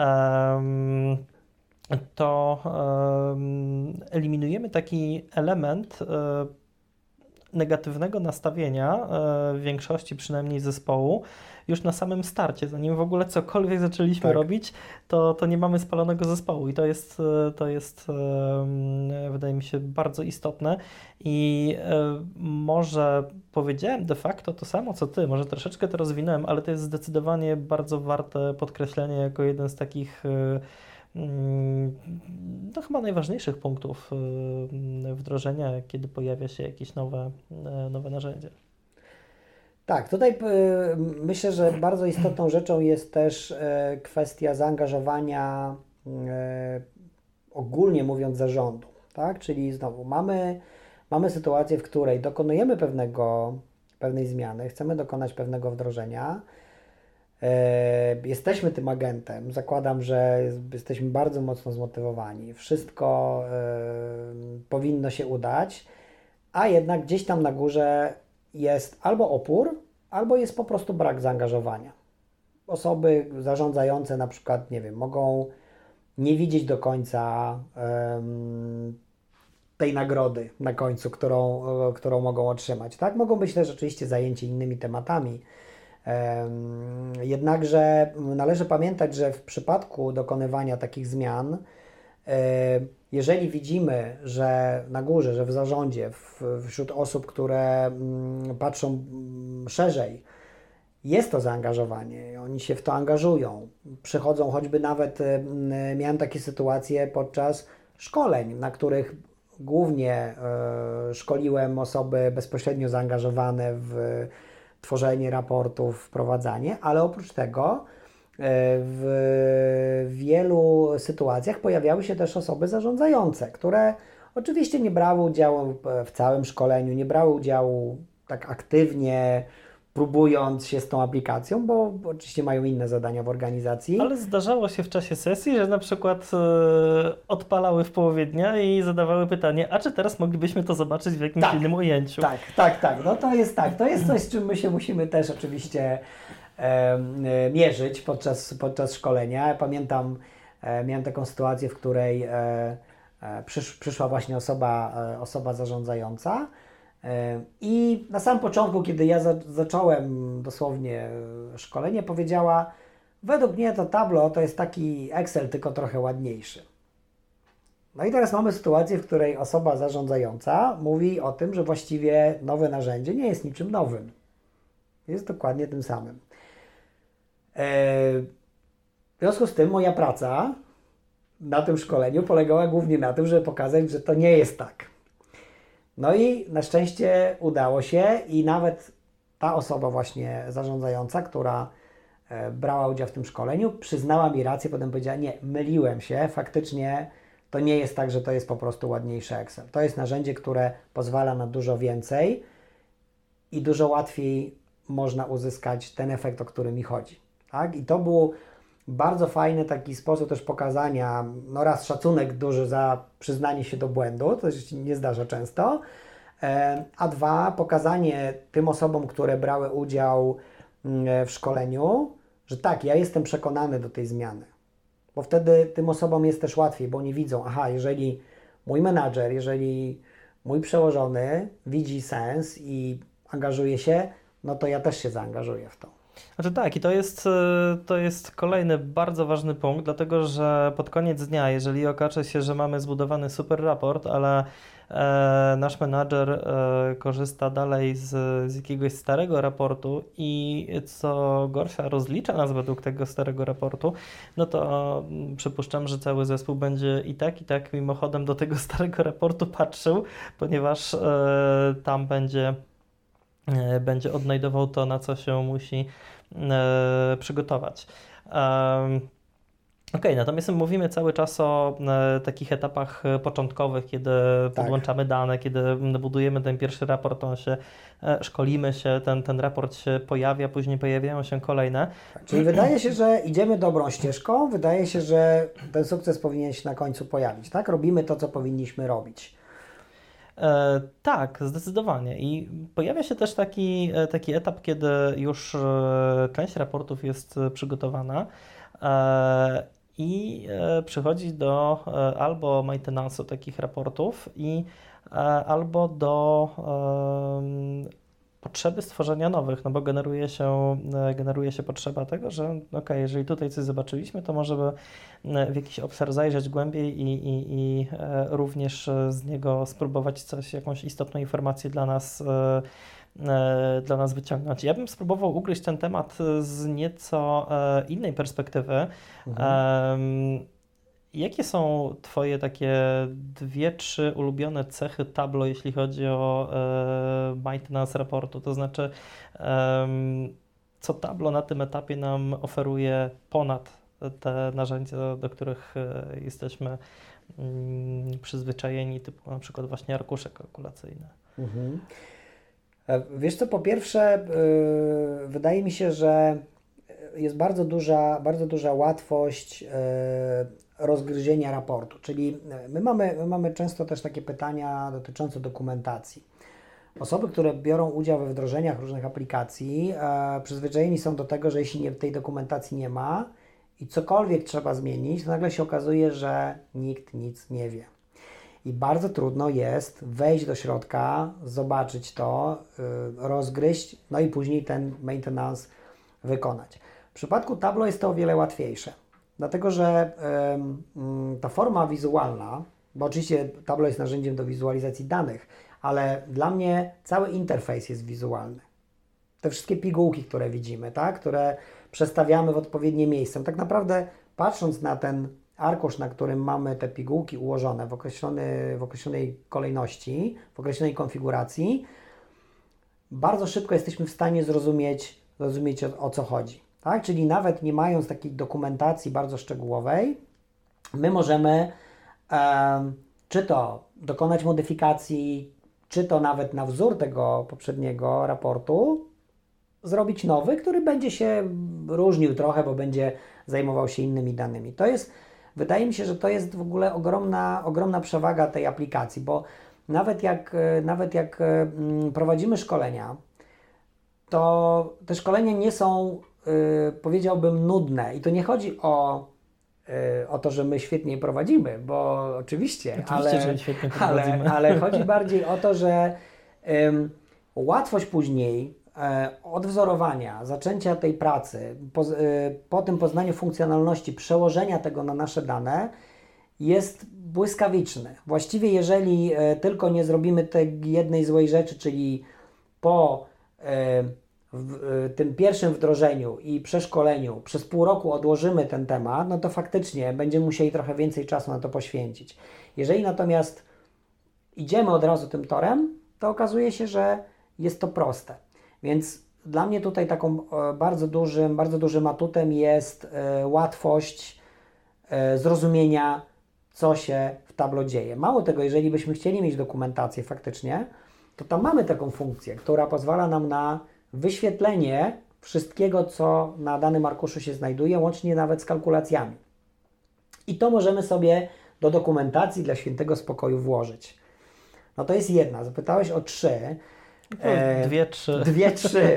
to eliminujemy taki element negatywnego nastawienia w większości przynajmniej zespołu już na samym starcie, zanim w ogóle cokolwiek zaczęliśmy robić, to nie mamy spalonego zespołu i to jest wydaje mi się bardzo istotne i może powiedziałem de facto to samo co Ty, może troszeczkę to rozwinąłem, ale to jest zdecydowanie bardzo warte podkreślenia jako jeden z takich to chyba najważniejszych punktów wdrożenia, kiedy pojawia się jakieś nowe narzędzie. Tak, tutaj myślę, że bardzo istotną rzeczą jest też kwestia zaangażowania, ogólnie mówiąc, zarządu. Tak? Czyli znowu mamy sytuację, w której dokonujemy pewnej zmiany, chcemy dokonać pewnego wdrożenia, jesteśmy tym agentem, zakładam, że jesteśmy bardzo mocno zmotywowani, wszystko powinno się udać, a jednak gdzieś tam na górze jest albo opór, albo jest po prostu brak zaangażowania. Osoby zarządzające na przykład, nie wiem, mogą nie widzieć do końca tej nagrody na końcu, którą mogą otrzymać. Tak? Mogą być też oczywiście zajęci innymi tematami. Jednakże należy pamiętać, że w przypadku dokonywania takich zmian, jeżeli widzimy, że na górze, że w zarządzie, wśród osób, które patrzą szerzej, jest to zaangażowanie, oni się w to angażują, przychodzą choćby nawet, miałem takie sytuacje podczas szkoleń, na których głównie szkoliłem osoby bezpośrednio zaangażowane w tworzenie raportów, wprowadzanie, ale oprócz tego w wielu sytuacjach pojawiały się też osoby zarządzające, które oczywiście nie brały udziału w całym szkoleniu, nie brały udziału tak aktywnie, próbując się z tą aplikacją, bo oczywiście mają inne zadania w organizacji. Ale zdarzało się w czasie sesji, że na przykład odpalały w połowie dnia i zadawały pytanie, a czy teraz moglibyśmy to zobaczyć w jakimś innym ujęciu? Tak. No to jest tak. To jest coś, z czym my się musimy też oczywiście mierzyć podczas szkolenia. Ja pamiętam, miałem taką sytuację, w której przyszła właśnie osoba zarządzająca i na samym początku, kiedy ja zacząłem dosłownie szkolenie, powiedziała: według mnie to Tableau to jest taki Excel, tylko trochę ładniejszy. No i teraz mamy sytuację, w której osoba zarządzająca mówi o tym, że właściwie nowe narzędzie nie jest niczym nowym. Jest dokładnie tym samym. W związku z tym moja praca na tym szkoleniu polegała głównie na tym, żeby pokazać, że to nie jest tak. No i na szczęście udało się i nawet ta osoba właśnie zarządzająca, która brała udział w tym szkoleniu, przyznała mi rację, potem powiedziała: nie, myliłem się, faktycznie to nie jest tak, że to jest po prostu ładniejszy Excel. To jest narzędzie, które pozwala na dużo więcej i dużo łatwiej można uzyskać ten efekt, o który mi chodzi. Tak? I bardzo fajny taki sposób też pokazania, no raz szacunek duży za przyznanie się do błędu, to się nie zdarza często, a dwa, pokazanie tym osobom, które brały udział w szkoleniu, że tak, ja jestem przekonany do tej zmiany. Bo wtedy tym osobom jest też łatwiej, bo oni widzą, aha, jeżeli mój menadżer, jeżeli mój przełożony widzi sens i angażuje się, no to ja też się zaangażuję w to. Znaczy tak, i to jest kolejny bardzo ważny punkt, dlatego że pod koniec dnia, jeżeli okaże się, że mamy zbudowany super raport, ale nasz menadżer korzysta dalej z jakiegoś starego raportu i co gorsza, rozlicza nas według tego starego raportu, no to przypuszczam, że cały zespół będzie i tak mimochodem do tego starego raportu patrzył, ponieważ tam będzie odnajdował to, na co się musi przygotować. Okej, natomiast mówimy cały czas o takich etapach początkowych, kiedy podłączamy dane, kiedy budujemy ten pierwszy raport, szkolimy się, ten raport się pojawia, później pojawiają się kolejne. Tak, czyli wydaje się, że idziemy dobrą ścieżką, wydaje się, że ten sukces powinien się na końcu pojawić, tak? Robimy to, co powinniśmy robić. Tak, zdecydowanie. I pojawia się też taki etap, kiedy już część raportów jest przygotowana i przychodzi do albo maintenance'u takich raportów albo do potrzeby stworzenia nowych, no bo generuje się potrzeba tego, że jeżeli tutaj coś zobaczyliśmy, to może by w jakiś obszar zajrzeć głębiej i również z niego spróbować jakąś istotną informację dla nas wyciągnąć. Ja bym spróbował ugryźć ten temat z nieco innej perspektywy. Jakie są Twoje takie 2-3 ulubione cechy Tableau, jeśli chodzi o maintenance raportu? To znaczy, co Tableau na tym etapie nam oferuje ponad te narzędzia, do których jesteśmy przyzwyczajeni, typu na przykład właśnie arkusze kalkulacyjne? Wiesz co, po pierwsze, wydaje mi się, że jest bardzo duża łatwość rozgryzienia raportu, czyli my mamy często też takie pytania dotyczące dokumentacji. Osoby, które biorą udział we wdrożeniach różnych aplikacji, przyzwyczajeni są do tego, że jeśli tej dokumentacji nie ma i cokolwiek trzeba zmienić, to nagle się okazuje, że nikt nic nie wie. I bardzo trudno jest wejść do środka, zobaczyć to, rozgryźć, no i później ten maintenance wykonać. W przypadku Tableau jest to o wiele łatwiejsze, dlatego że ta forma wizualna, bo oczywiście Tableau jest narzędziem do wizualizacji danych, ale dla mnie cały interfejs jest wizualny. Te wszystkie pigułki, które widzimy, tak, które przestawiamy w odpowiednie miejsce. Tak naprawdę patrząc na ten arkusz, na którym mamy te pigułki ułożone w określonej kolejności, w określonej konfiguracji, bardzo szybko jesteśmy w stanie zrozumieć o co chodzi. Tak? Czyli nawet nie mając takiej dokumentacji bardzo szczegółowej, my możemy czy to dokonać modyfikacji, czy to nawet na wzór tego poprzedniego raportu zrobić nowy, który będzie się różnił trochę, bo będzie zajmował się innymi danymi. Wydaje mi się, że to jest w ogóle ogromna przewaga tej aplikacji, bo nawet jak prowadzimy szkolenia, to te szkolenia nie są, powiedziałbym, nudne i to nie chodzi o to, że my świetnie je prowadzimy, bo oczywiście, że świetnie prowadzimy. ale chodzi bardziej o to, że łatwość później odwzorowania, zaczęcia tej pracy, po tym poznaniu funkcjonalności, przełożenia tego na nasze dane jest błyskawiczny. Właściwie jeżeli tylko nie zrobimy tej jednej złej rzeczy, czyli po tym pierwszym wdrożeniu i przeszkoleniu przez pół roku odłożymy ten temat, no to faktycznie będziemy musieli trochę więcej czasu na to poświęcić. Jeżeli natomiast idziemy od razu tym torem, to okazuje się, że jest to proste. Więc dla mnie tutaj taką bardzo dużym atutem jest łatwość zrozumienia, co się w Tableau dzieje. Mało tego, jeżeli byśmy chcieli mieć dokumentację faktycznie, to tam mamy taką funkcję, która pozwala nam na wyświetlenie wszystkiego, co na danym arkuszu się znajduje, łącznie nawet z kalkulacjami. I to możemy sobie do dokumentacji dla świętego spokoju włożyć. No to jest jedna. Zapytałeś o 3. 2, 3. 2, 3.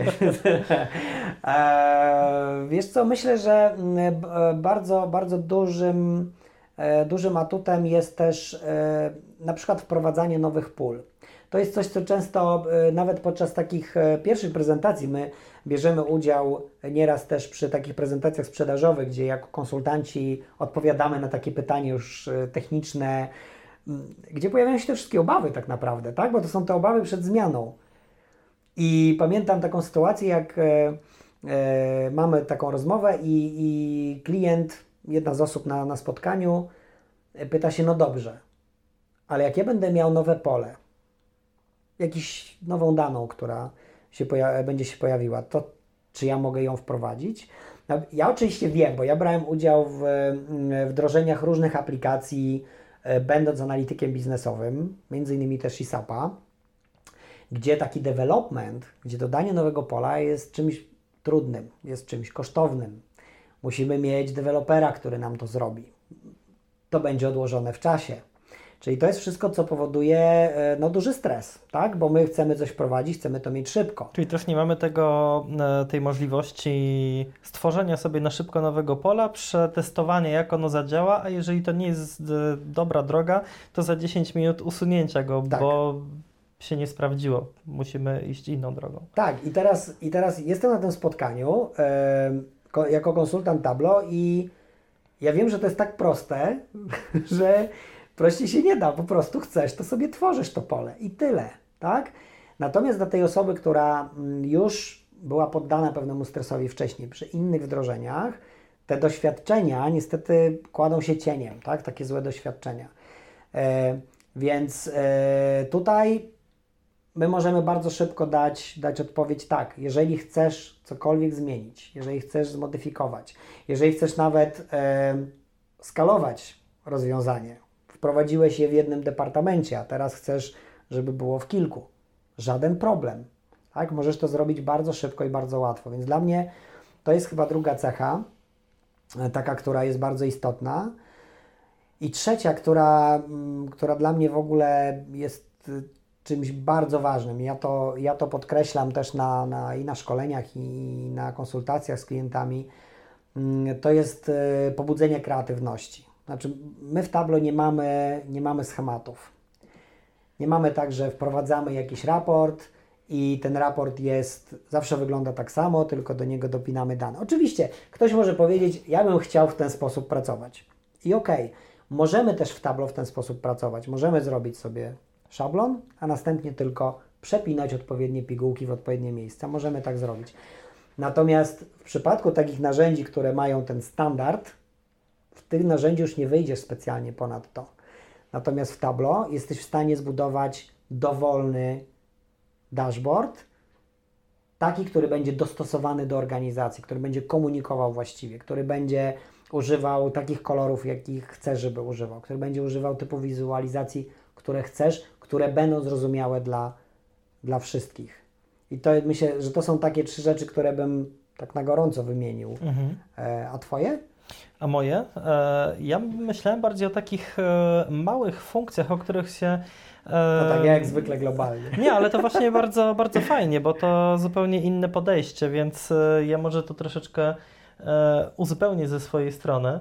Wiesz co, myślę, że bardzo, bardzo dużym atutem jest też na przykład wprowadzanie nowych pól. To jest coś, co często nawet podczas takich pierwszych prezentacji my bierzemy udział nieraz też przy takich prezentacjach sprzedażowych, gdzie jako konsultanci odpowiadamy na takie pytania już techniczne, gdzie pojawiają się te wszystkie obawy tak naprawdę, tak? Bo to są te obawy przed zmianą. I pamiętam taką sytuację, jak mamy taką rozmowę i klient, jedna z osób na spotkaniu pyta się, no dobrze, ale jak ja będę miał nowe pole, jakąś nową daną, która będzie się pojawiła, to czy ja mogę ją wprowadzić? No, ja oczywiście wiem, bo ja brałem udział w wdrożeniach różnych aplikacji, będąc analitykiem biznesowym, między innymi też i SAP-a, gdzie taki development, gdzie dodanie nowego pola jest czymś trudnym, jest czymś kosztownym. Musimy mieć dewelopera, który nam to zrobi. To będzie odłożone w czasie. Czyli to jest wszystko, co powoduje duży stres, tak? Bo my chcemy coś wprowadzić, chcemy to mieć szybko. Czyli też nie mamy tej możliwości stworzenia sobie na szybko nowego pola, przetestowania, jak ono zadziała, a jeżeli to nie jest dobra droga, to za 10 minut usunięcia go, tak, bo się nie sprawdziło. Musimy iść inną drogą. Tak, i teraz jestem na tym spotkaniu jako konsultant Tableau i ja wiem, że to jest tak proste, że prościej się nie da, po prostu chcesz, to sobie tworzysz to pole i tyle, tak? Natomiast dla tej osoby, która już była poddana pewnemu stresowi wcześniej przy innych wdrożeniach, te doświadczenia niestety kładą się cieniem, tak? Takie złe doświadczenia. Więc tutaj my możemy bardzo szybko dać odpowiedź tak, jeżeli chcesz cokolwiek zmienić, jeżeli chcesz zmodyfikować, jeżeli chcesz nawet skalować rozwiązanie, wprowadziłeś je w jednym departamencie, a teraz chcesz, żeby było w kilku. Żaden problem. Tak? Możesz to zrobić bardzo szybko i bardzo łatwo. Więc dla mnie to jest chyba druga cecha, taka, która jest bardzo istotna. I trzecia, która dla mnie w ogóle jest czymś bardzo ważnym. Ja to podkreślam też i na szkoleniach, i na konsultacjach z klientami. To jest pobudzenie kreatywności. Znaczy, my w Tableau nie mamy schematów. Nie mamy tak, że wprowadzamy jakiś raport i ten raport zawsze wygląda tak samo, tylko do niego dopinamy dane. Oczywiście ktoś może powiedzieć, ja bym chciał w ten sposób pracować. I okej, możemy też w Tableau w ten sposób pracować. Możemy zrobić sobie szablon, a następnie tylko przepinać odpowiednie pigułki w odpowiednie miejsca. Możemy tak zrobić. Natomiast w przypadku takich narzędzi, które mają ten standard, w tych narzędzi już nie wyjdziesz specjalnie ponad to. Natomiast w Tableau jesteś w stanie zbudować dowolny dashboard, taki, który będzie dostosowany do organizacji, który będzie komunikował właściwie, który będzie używał takich kolorów, jakich chcesz, żeby używał, który będzie używał typu wizualizacji, które chcesz, które będą zrozumiałe dla wszystkich. I to myślę, że to są takie 3 rzeczy, które bym tak na gorąco wymienił. Mhm. A Twoje? A moje? Ja myślałem bardziej o takich małych funkcjach, o których się... No tak, jak zwykle globalnie. Nie, ale to właśnie bardzo, bardzo fajnie, bo to zupełnie inne podejście, więc ja może to troszeczkę uzupełnię ze swojej strony.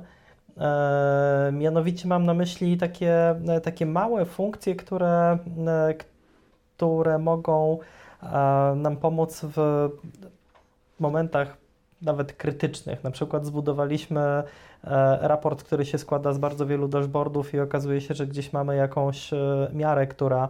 Mianowicie mam na myśli takie małe funkcje, które mogą nam pomóc w momentach nawet krytycznych. Na przykład zbudowaliśmy raport, który się składa z bardzo wielu dashboardów i okazuje się, że gdzieś mamy jakąś miarę, która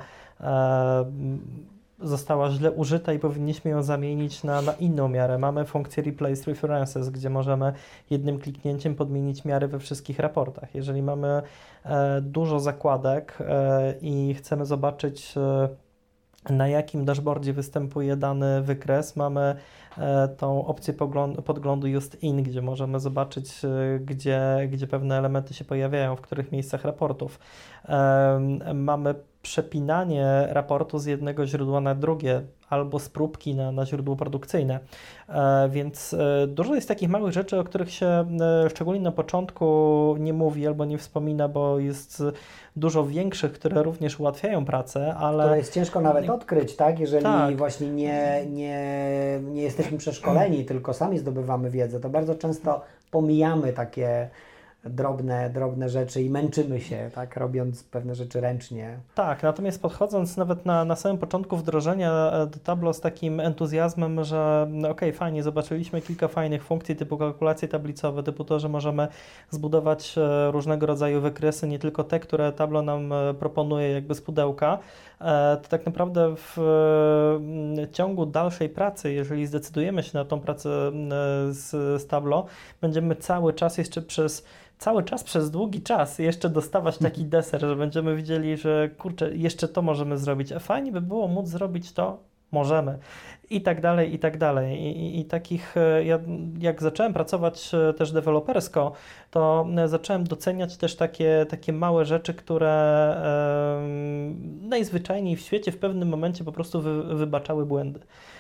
została źle użyta i powinniśmy ją zamienić na inną miarę. Mamy funkcję Replace References, gdzie możemy jednym kliknięciem podmienić miary we wszystkich raportach. Jeżeli mamy dużo zakładek i chcemy zobaczyć, na jakim dashboardzie występuje dany wykres, mamy tą opcję podglądu Just In, gdzie możemy zobaczyć, gdzie pewne elementy się pojawiają, w których miejscach raportów. Mamy przepinanie raportu z jednego źródła na drugie albo z próbki na źródło produkcyjne. Więc dużo jest takich małych rzeczy, o których się szczególnie na początku nie mówi albo nie wspomina, bo jest dużo większych, które również ułatwiają pracę, ale... To jest ciężko nawet odkryć, tak? Jeżeli tak. właśnie nie jesteśmy przeszkoleni, tylko sami zdobywamy wiedzę, to bardzo często pomijamy takie drobne rzeczy i męczymy się, tak, robiąc pewne rzeczy ręcznie. Tak, natomiast podchodząc nawet na samym początku wdrożenia do Tableau z takim entuzjazmem, że okej, fajnie, zobaczyliśmy kilka fajnych funkcji typu kalkulacje tablicowe, typu to, że możemy zbudować różnego rodzaju wykresy, nie tylko te, które Tableau nam proponuje jakby z pudełka, to tak naprawdę w ciągu dalszej pracy, jeżeli zdecydujemy się na tą pracę z Tableau, będziemy cały czas przez długi czas jeszcze dostawać taki deser, że będziemy widzieli, że kurczę, jeszcze to możemy zrobić, a fajnie by było móc zrobić to, możemy. I tak dalej, i tak dalej. I takich, jak zacząłem pracować też dewelopersko, to zacząłem doceniać też takie małe rzeczy, które najzwyczajniej w świecie w pewnym momencie po prostu wybaczały błędy.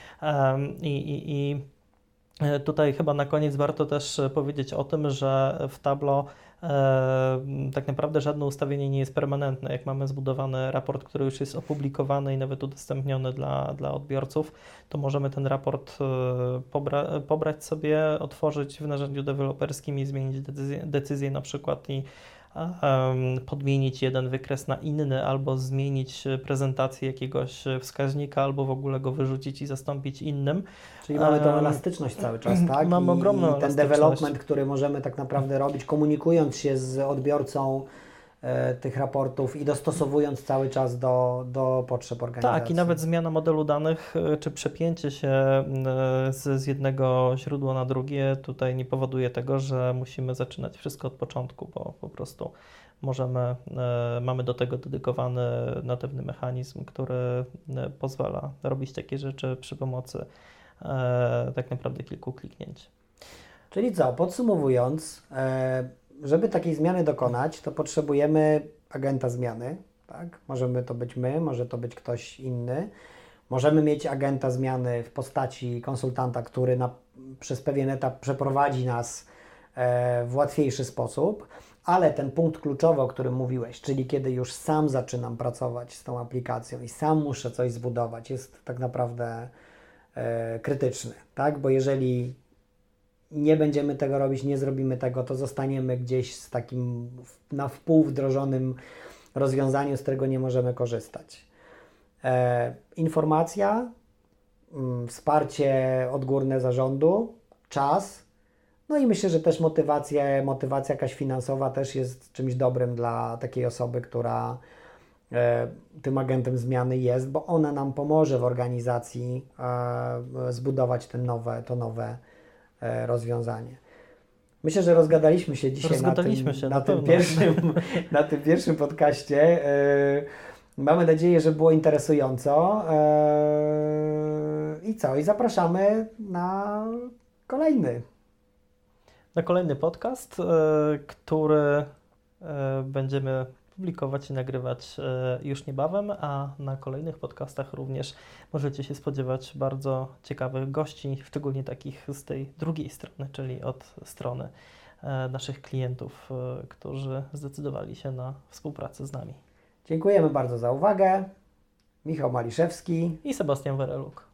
Tutaj chyba na koniec warto też powiedzieć o tym, że w Tableau tak naprawdę żadne ustawienie nie jest permanentne. Jak mamy zbudowany raport, który już jest opublikowany i nawet udostępniony dla odbiorców, to możemy ten raport pobrać sobie, otworzyć w narzędziu deweloperskim i zmienić decyzję na przykład i podmienić jeden wykres na inny, albo zmienić prezentację jakiegoś wskaźnika, albo w ogóle go wyrzucić i zastąpić innym. Czyli mamy tą elastyczność cały czas, tak? Mamy ogromną i ten elastyczność. development, który możemy tak naprawdę robić, komunikując się z odbiorcą tych raportów i dostosowując cały czas do potrzeb organizacji. Tak, i nawet zmiana modelu danych, czy przepięcie się z jednego źródła na drugie tutaj nie powoduje tego, że musimy zaczynać wszystko od początku, bo po prostu mamy do tego dedykowany natywny mechanizm, który pozwala robić takie rzeczy przy pomocy tak naprawdę kilku kliknięć. Czyli co, podsumowując, żeby takiej zmiany dokonać, to potrzebujemy agenta zmiany, tak? Możemy to być my, może to być ktoś inny. Możemy mieć agenta zmiany w postaci konsultanta, który przez pewien etap przeprowadzi nas w łatwiejszy sposób, ale ten punkt kluczowy, o którym mówiłeś, czyli kiedy już sam zaczynam pracować z tą aplikacją i sam muszę coś zbudować, jest tak naprawdę krytyczny, tak? Bo jeżeli nie będziemy tego robić, nie zrobimy tego, to zostaniemy gdzieś z takim na wpół wdrożonym rozwiązaniu, z którego nie możemy korzystać. Informacja, wsparcie odgórne zarządu, czas, no i myślę, że też motywacja jakaś finansowa też jest czymś dobrym dla takiej osoby, która tym agentem zmiany jest, bo ona nam pomoże w organizacji zbudować to nowe rozwiązanie. Myślę, że rozgadaliśmy się dzisiaj na tym pierwszym podcaście. Mamy nadzieję, że było interesująco. I co? I zapraszamy na kolejny. Na kolejny podcast, który będziemy publikować i nagrywać już niebawem, a na kolejnych podcastach również możecie się spodziewać bardzo ciekawych gości, szczególnie takich z tej drugiej strony, czyli od strony naszych klientów, którzy zdecydowali się na współpracę z nami. Dziękujemy bardzo za uwagę. Michał Maliszewski i Sebastian Wereluk.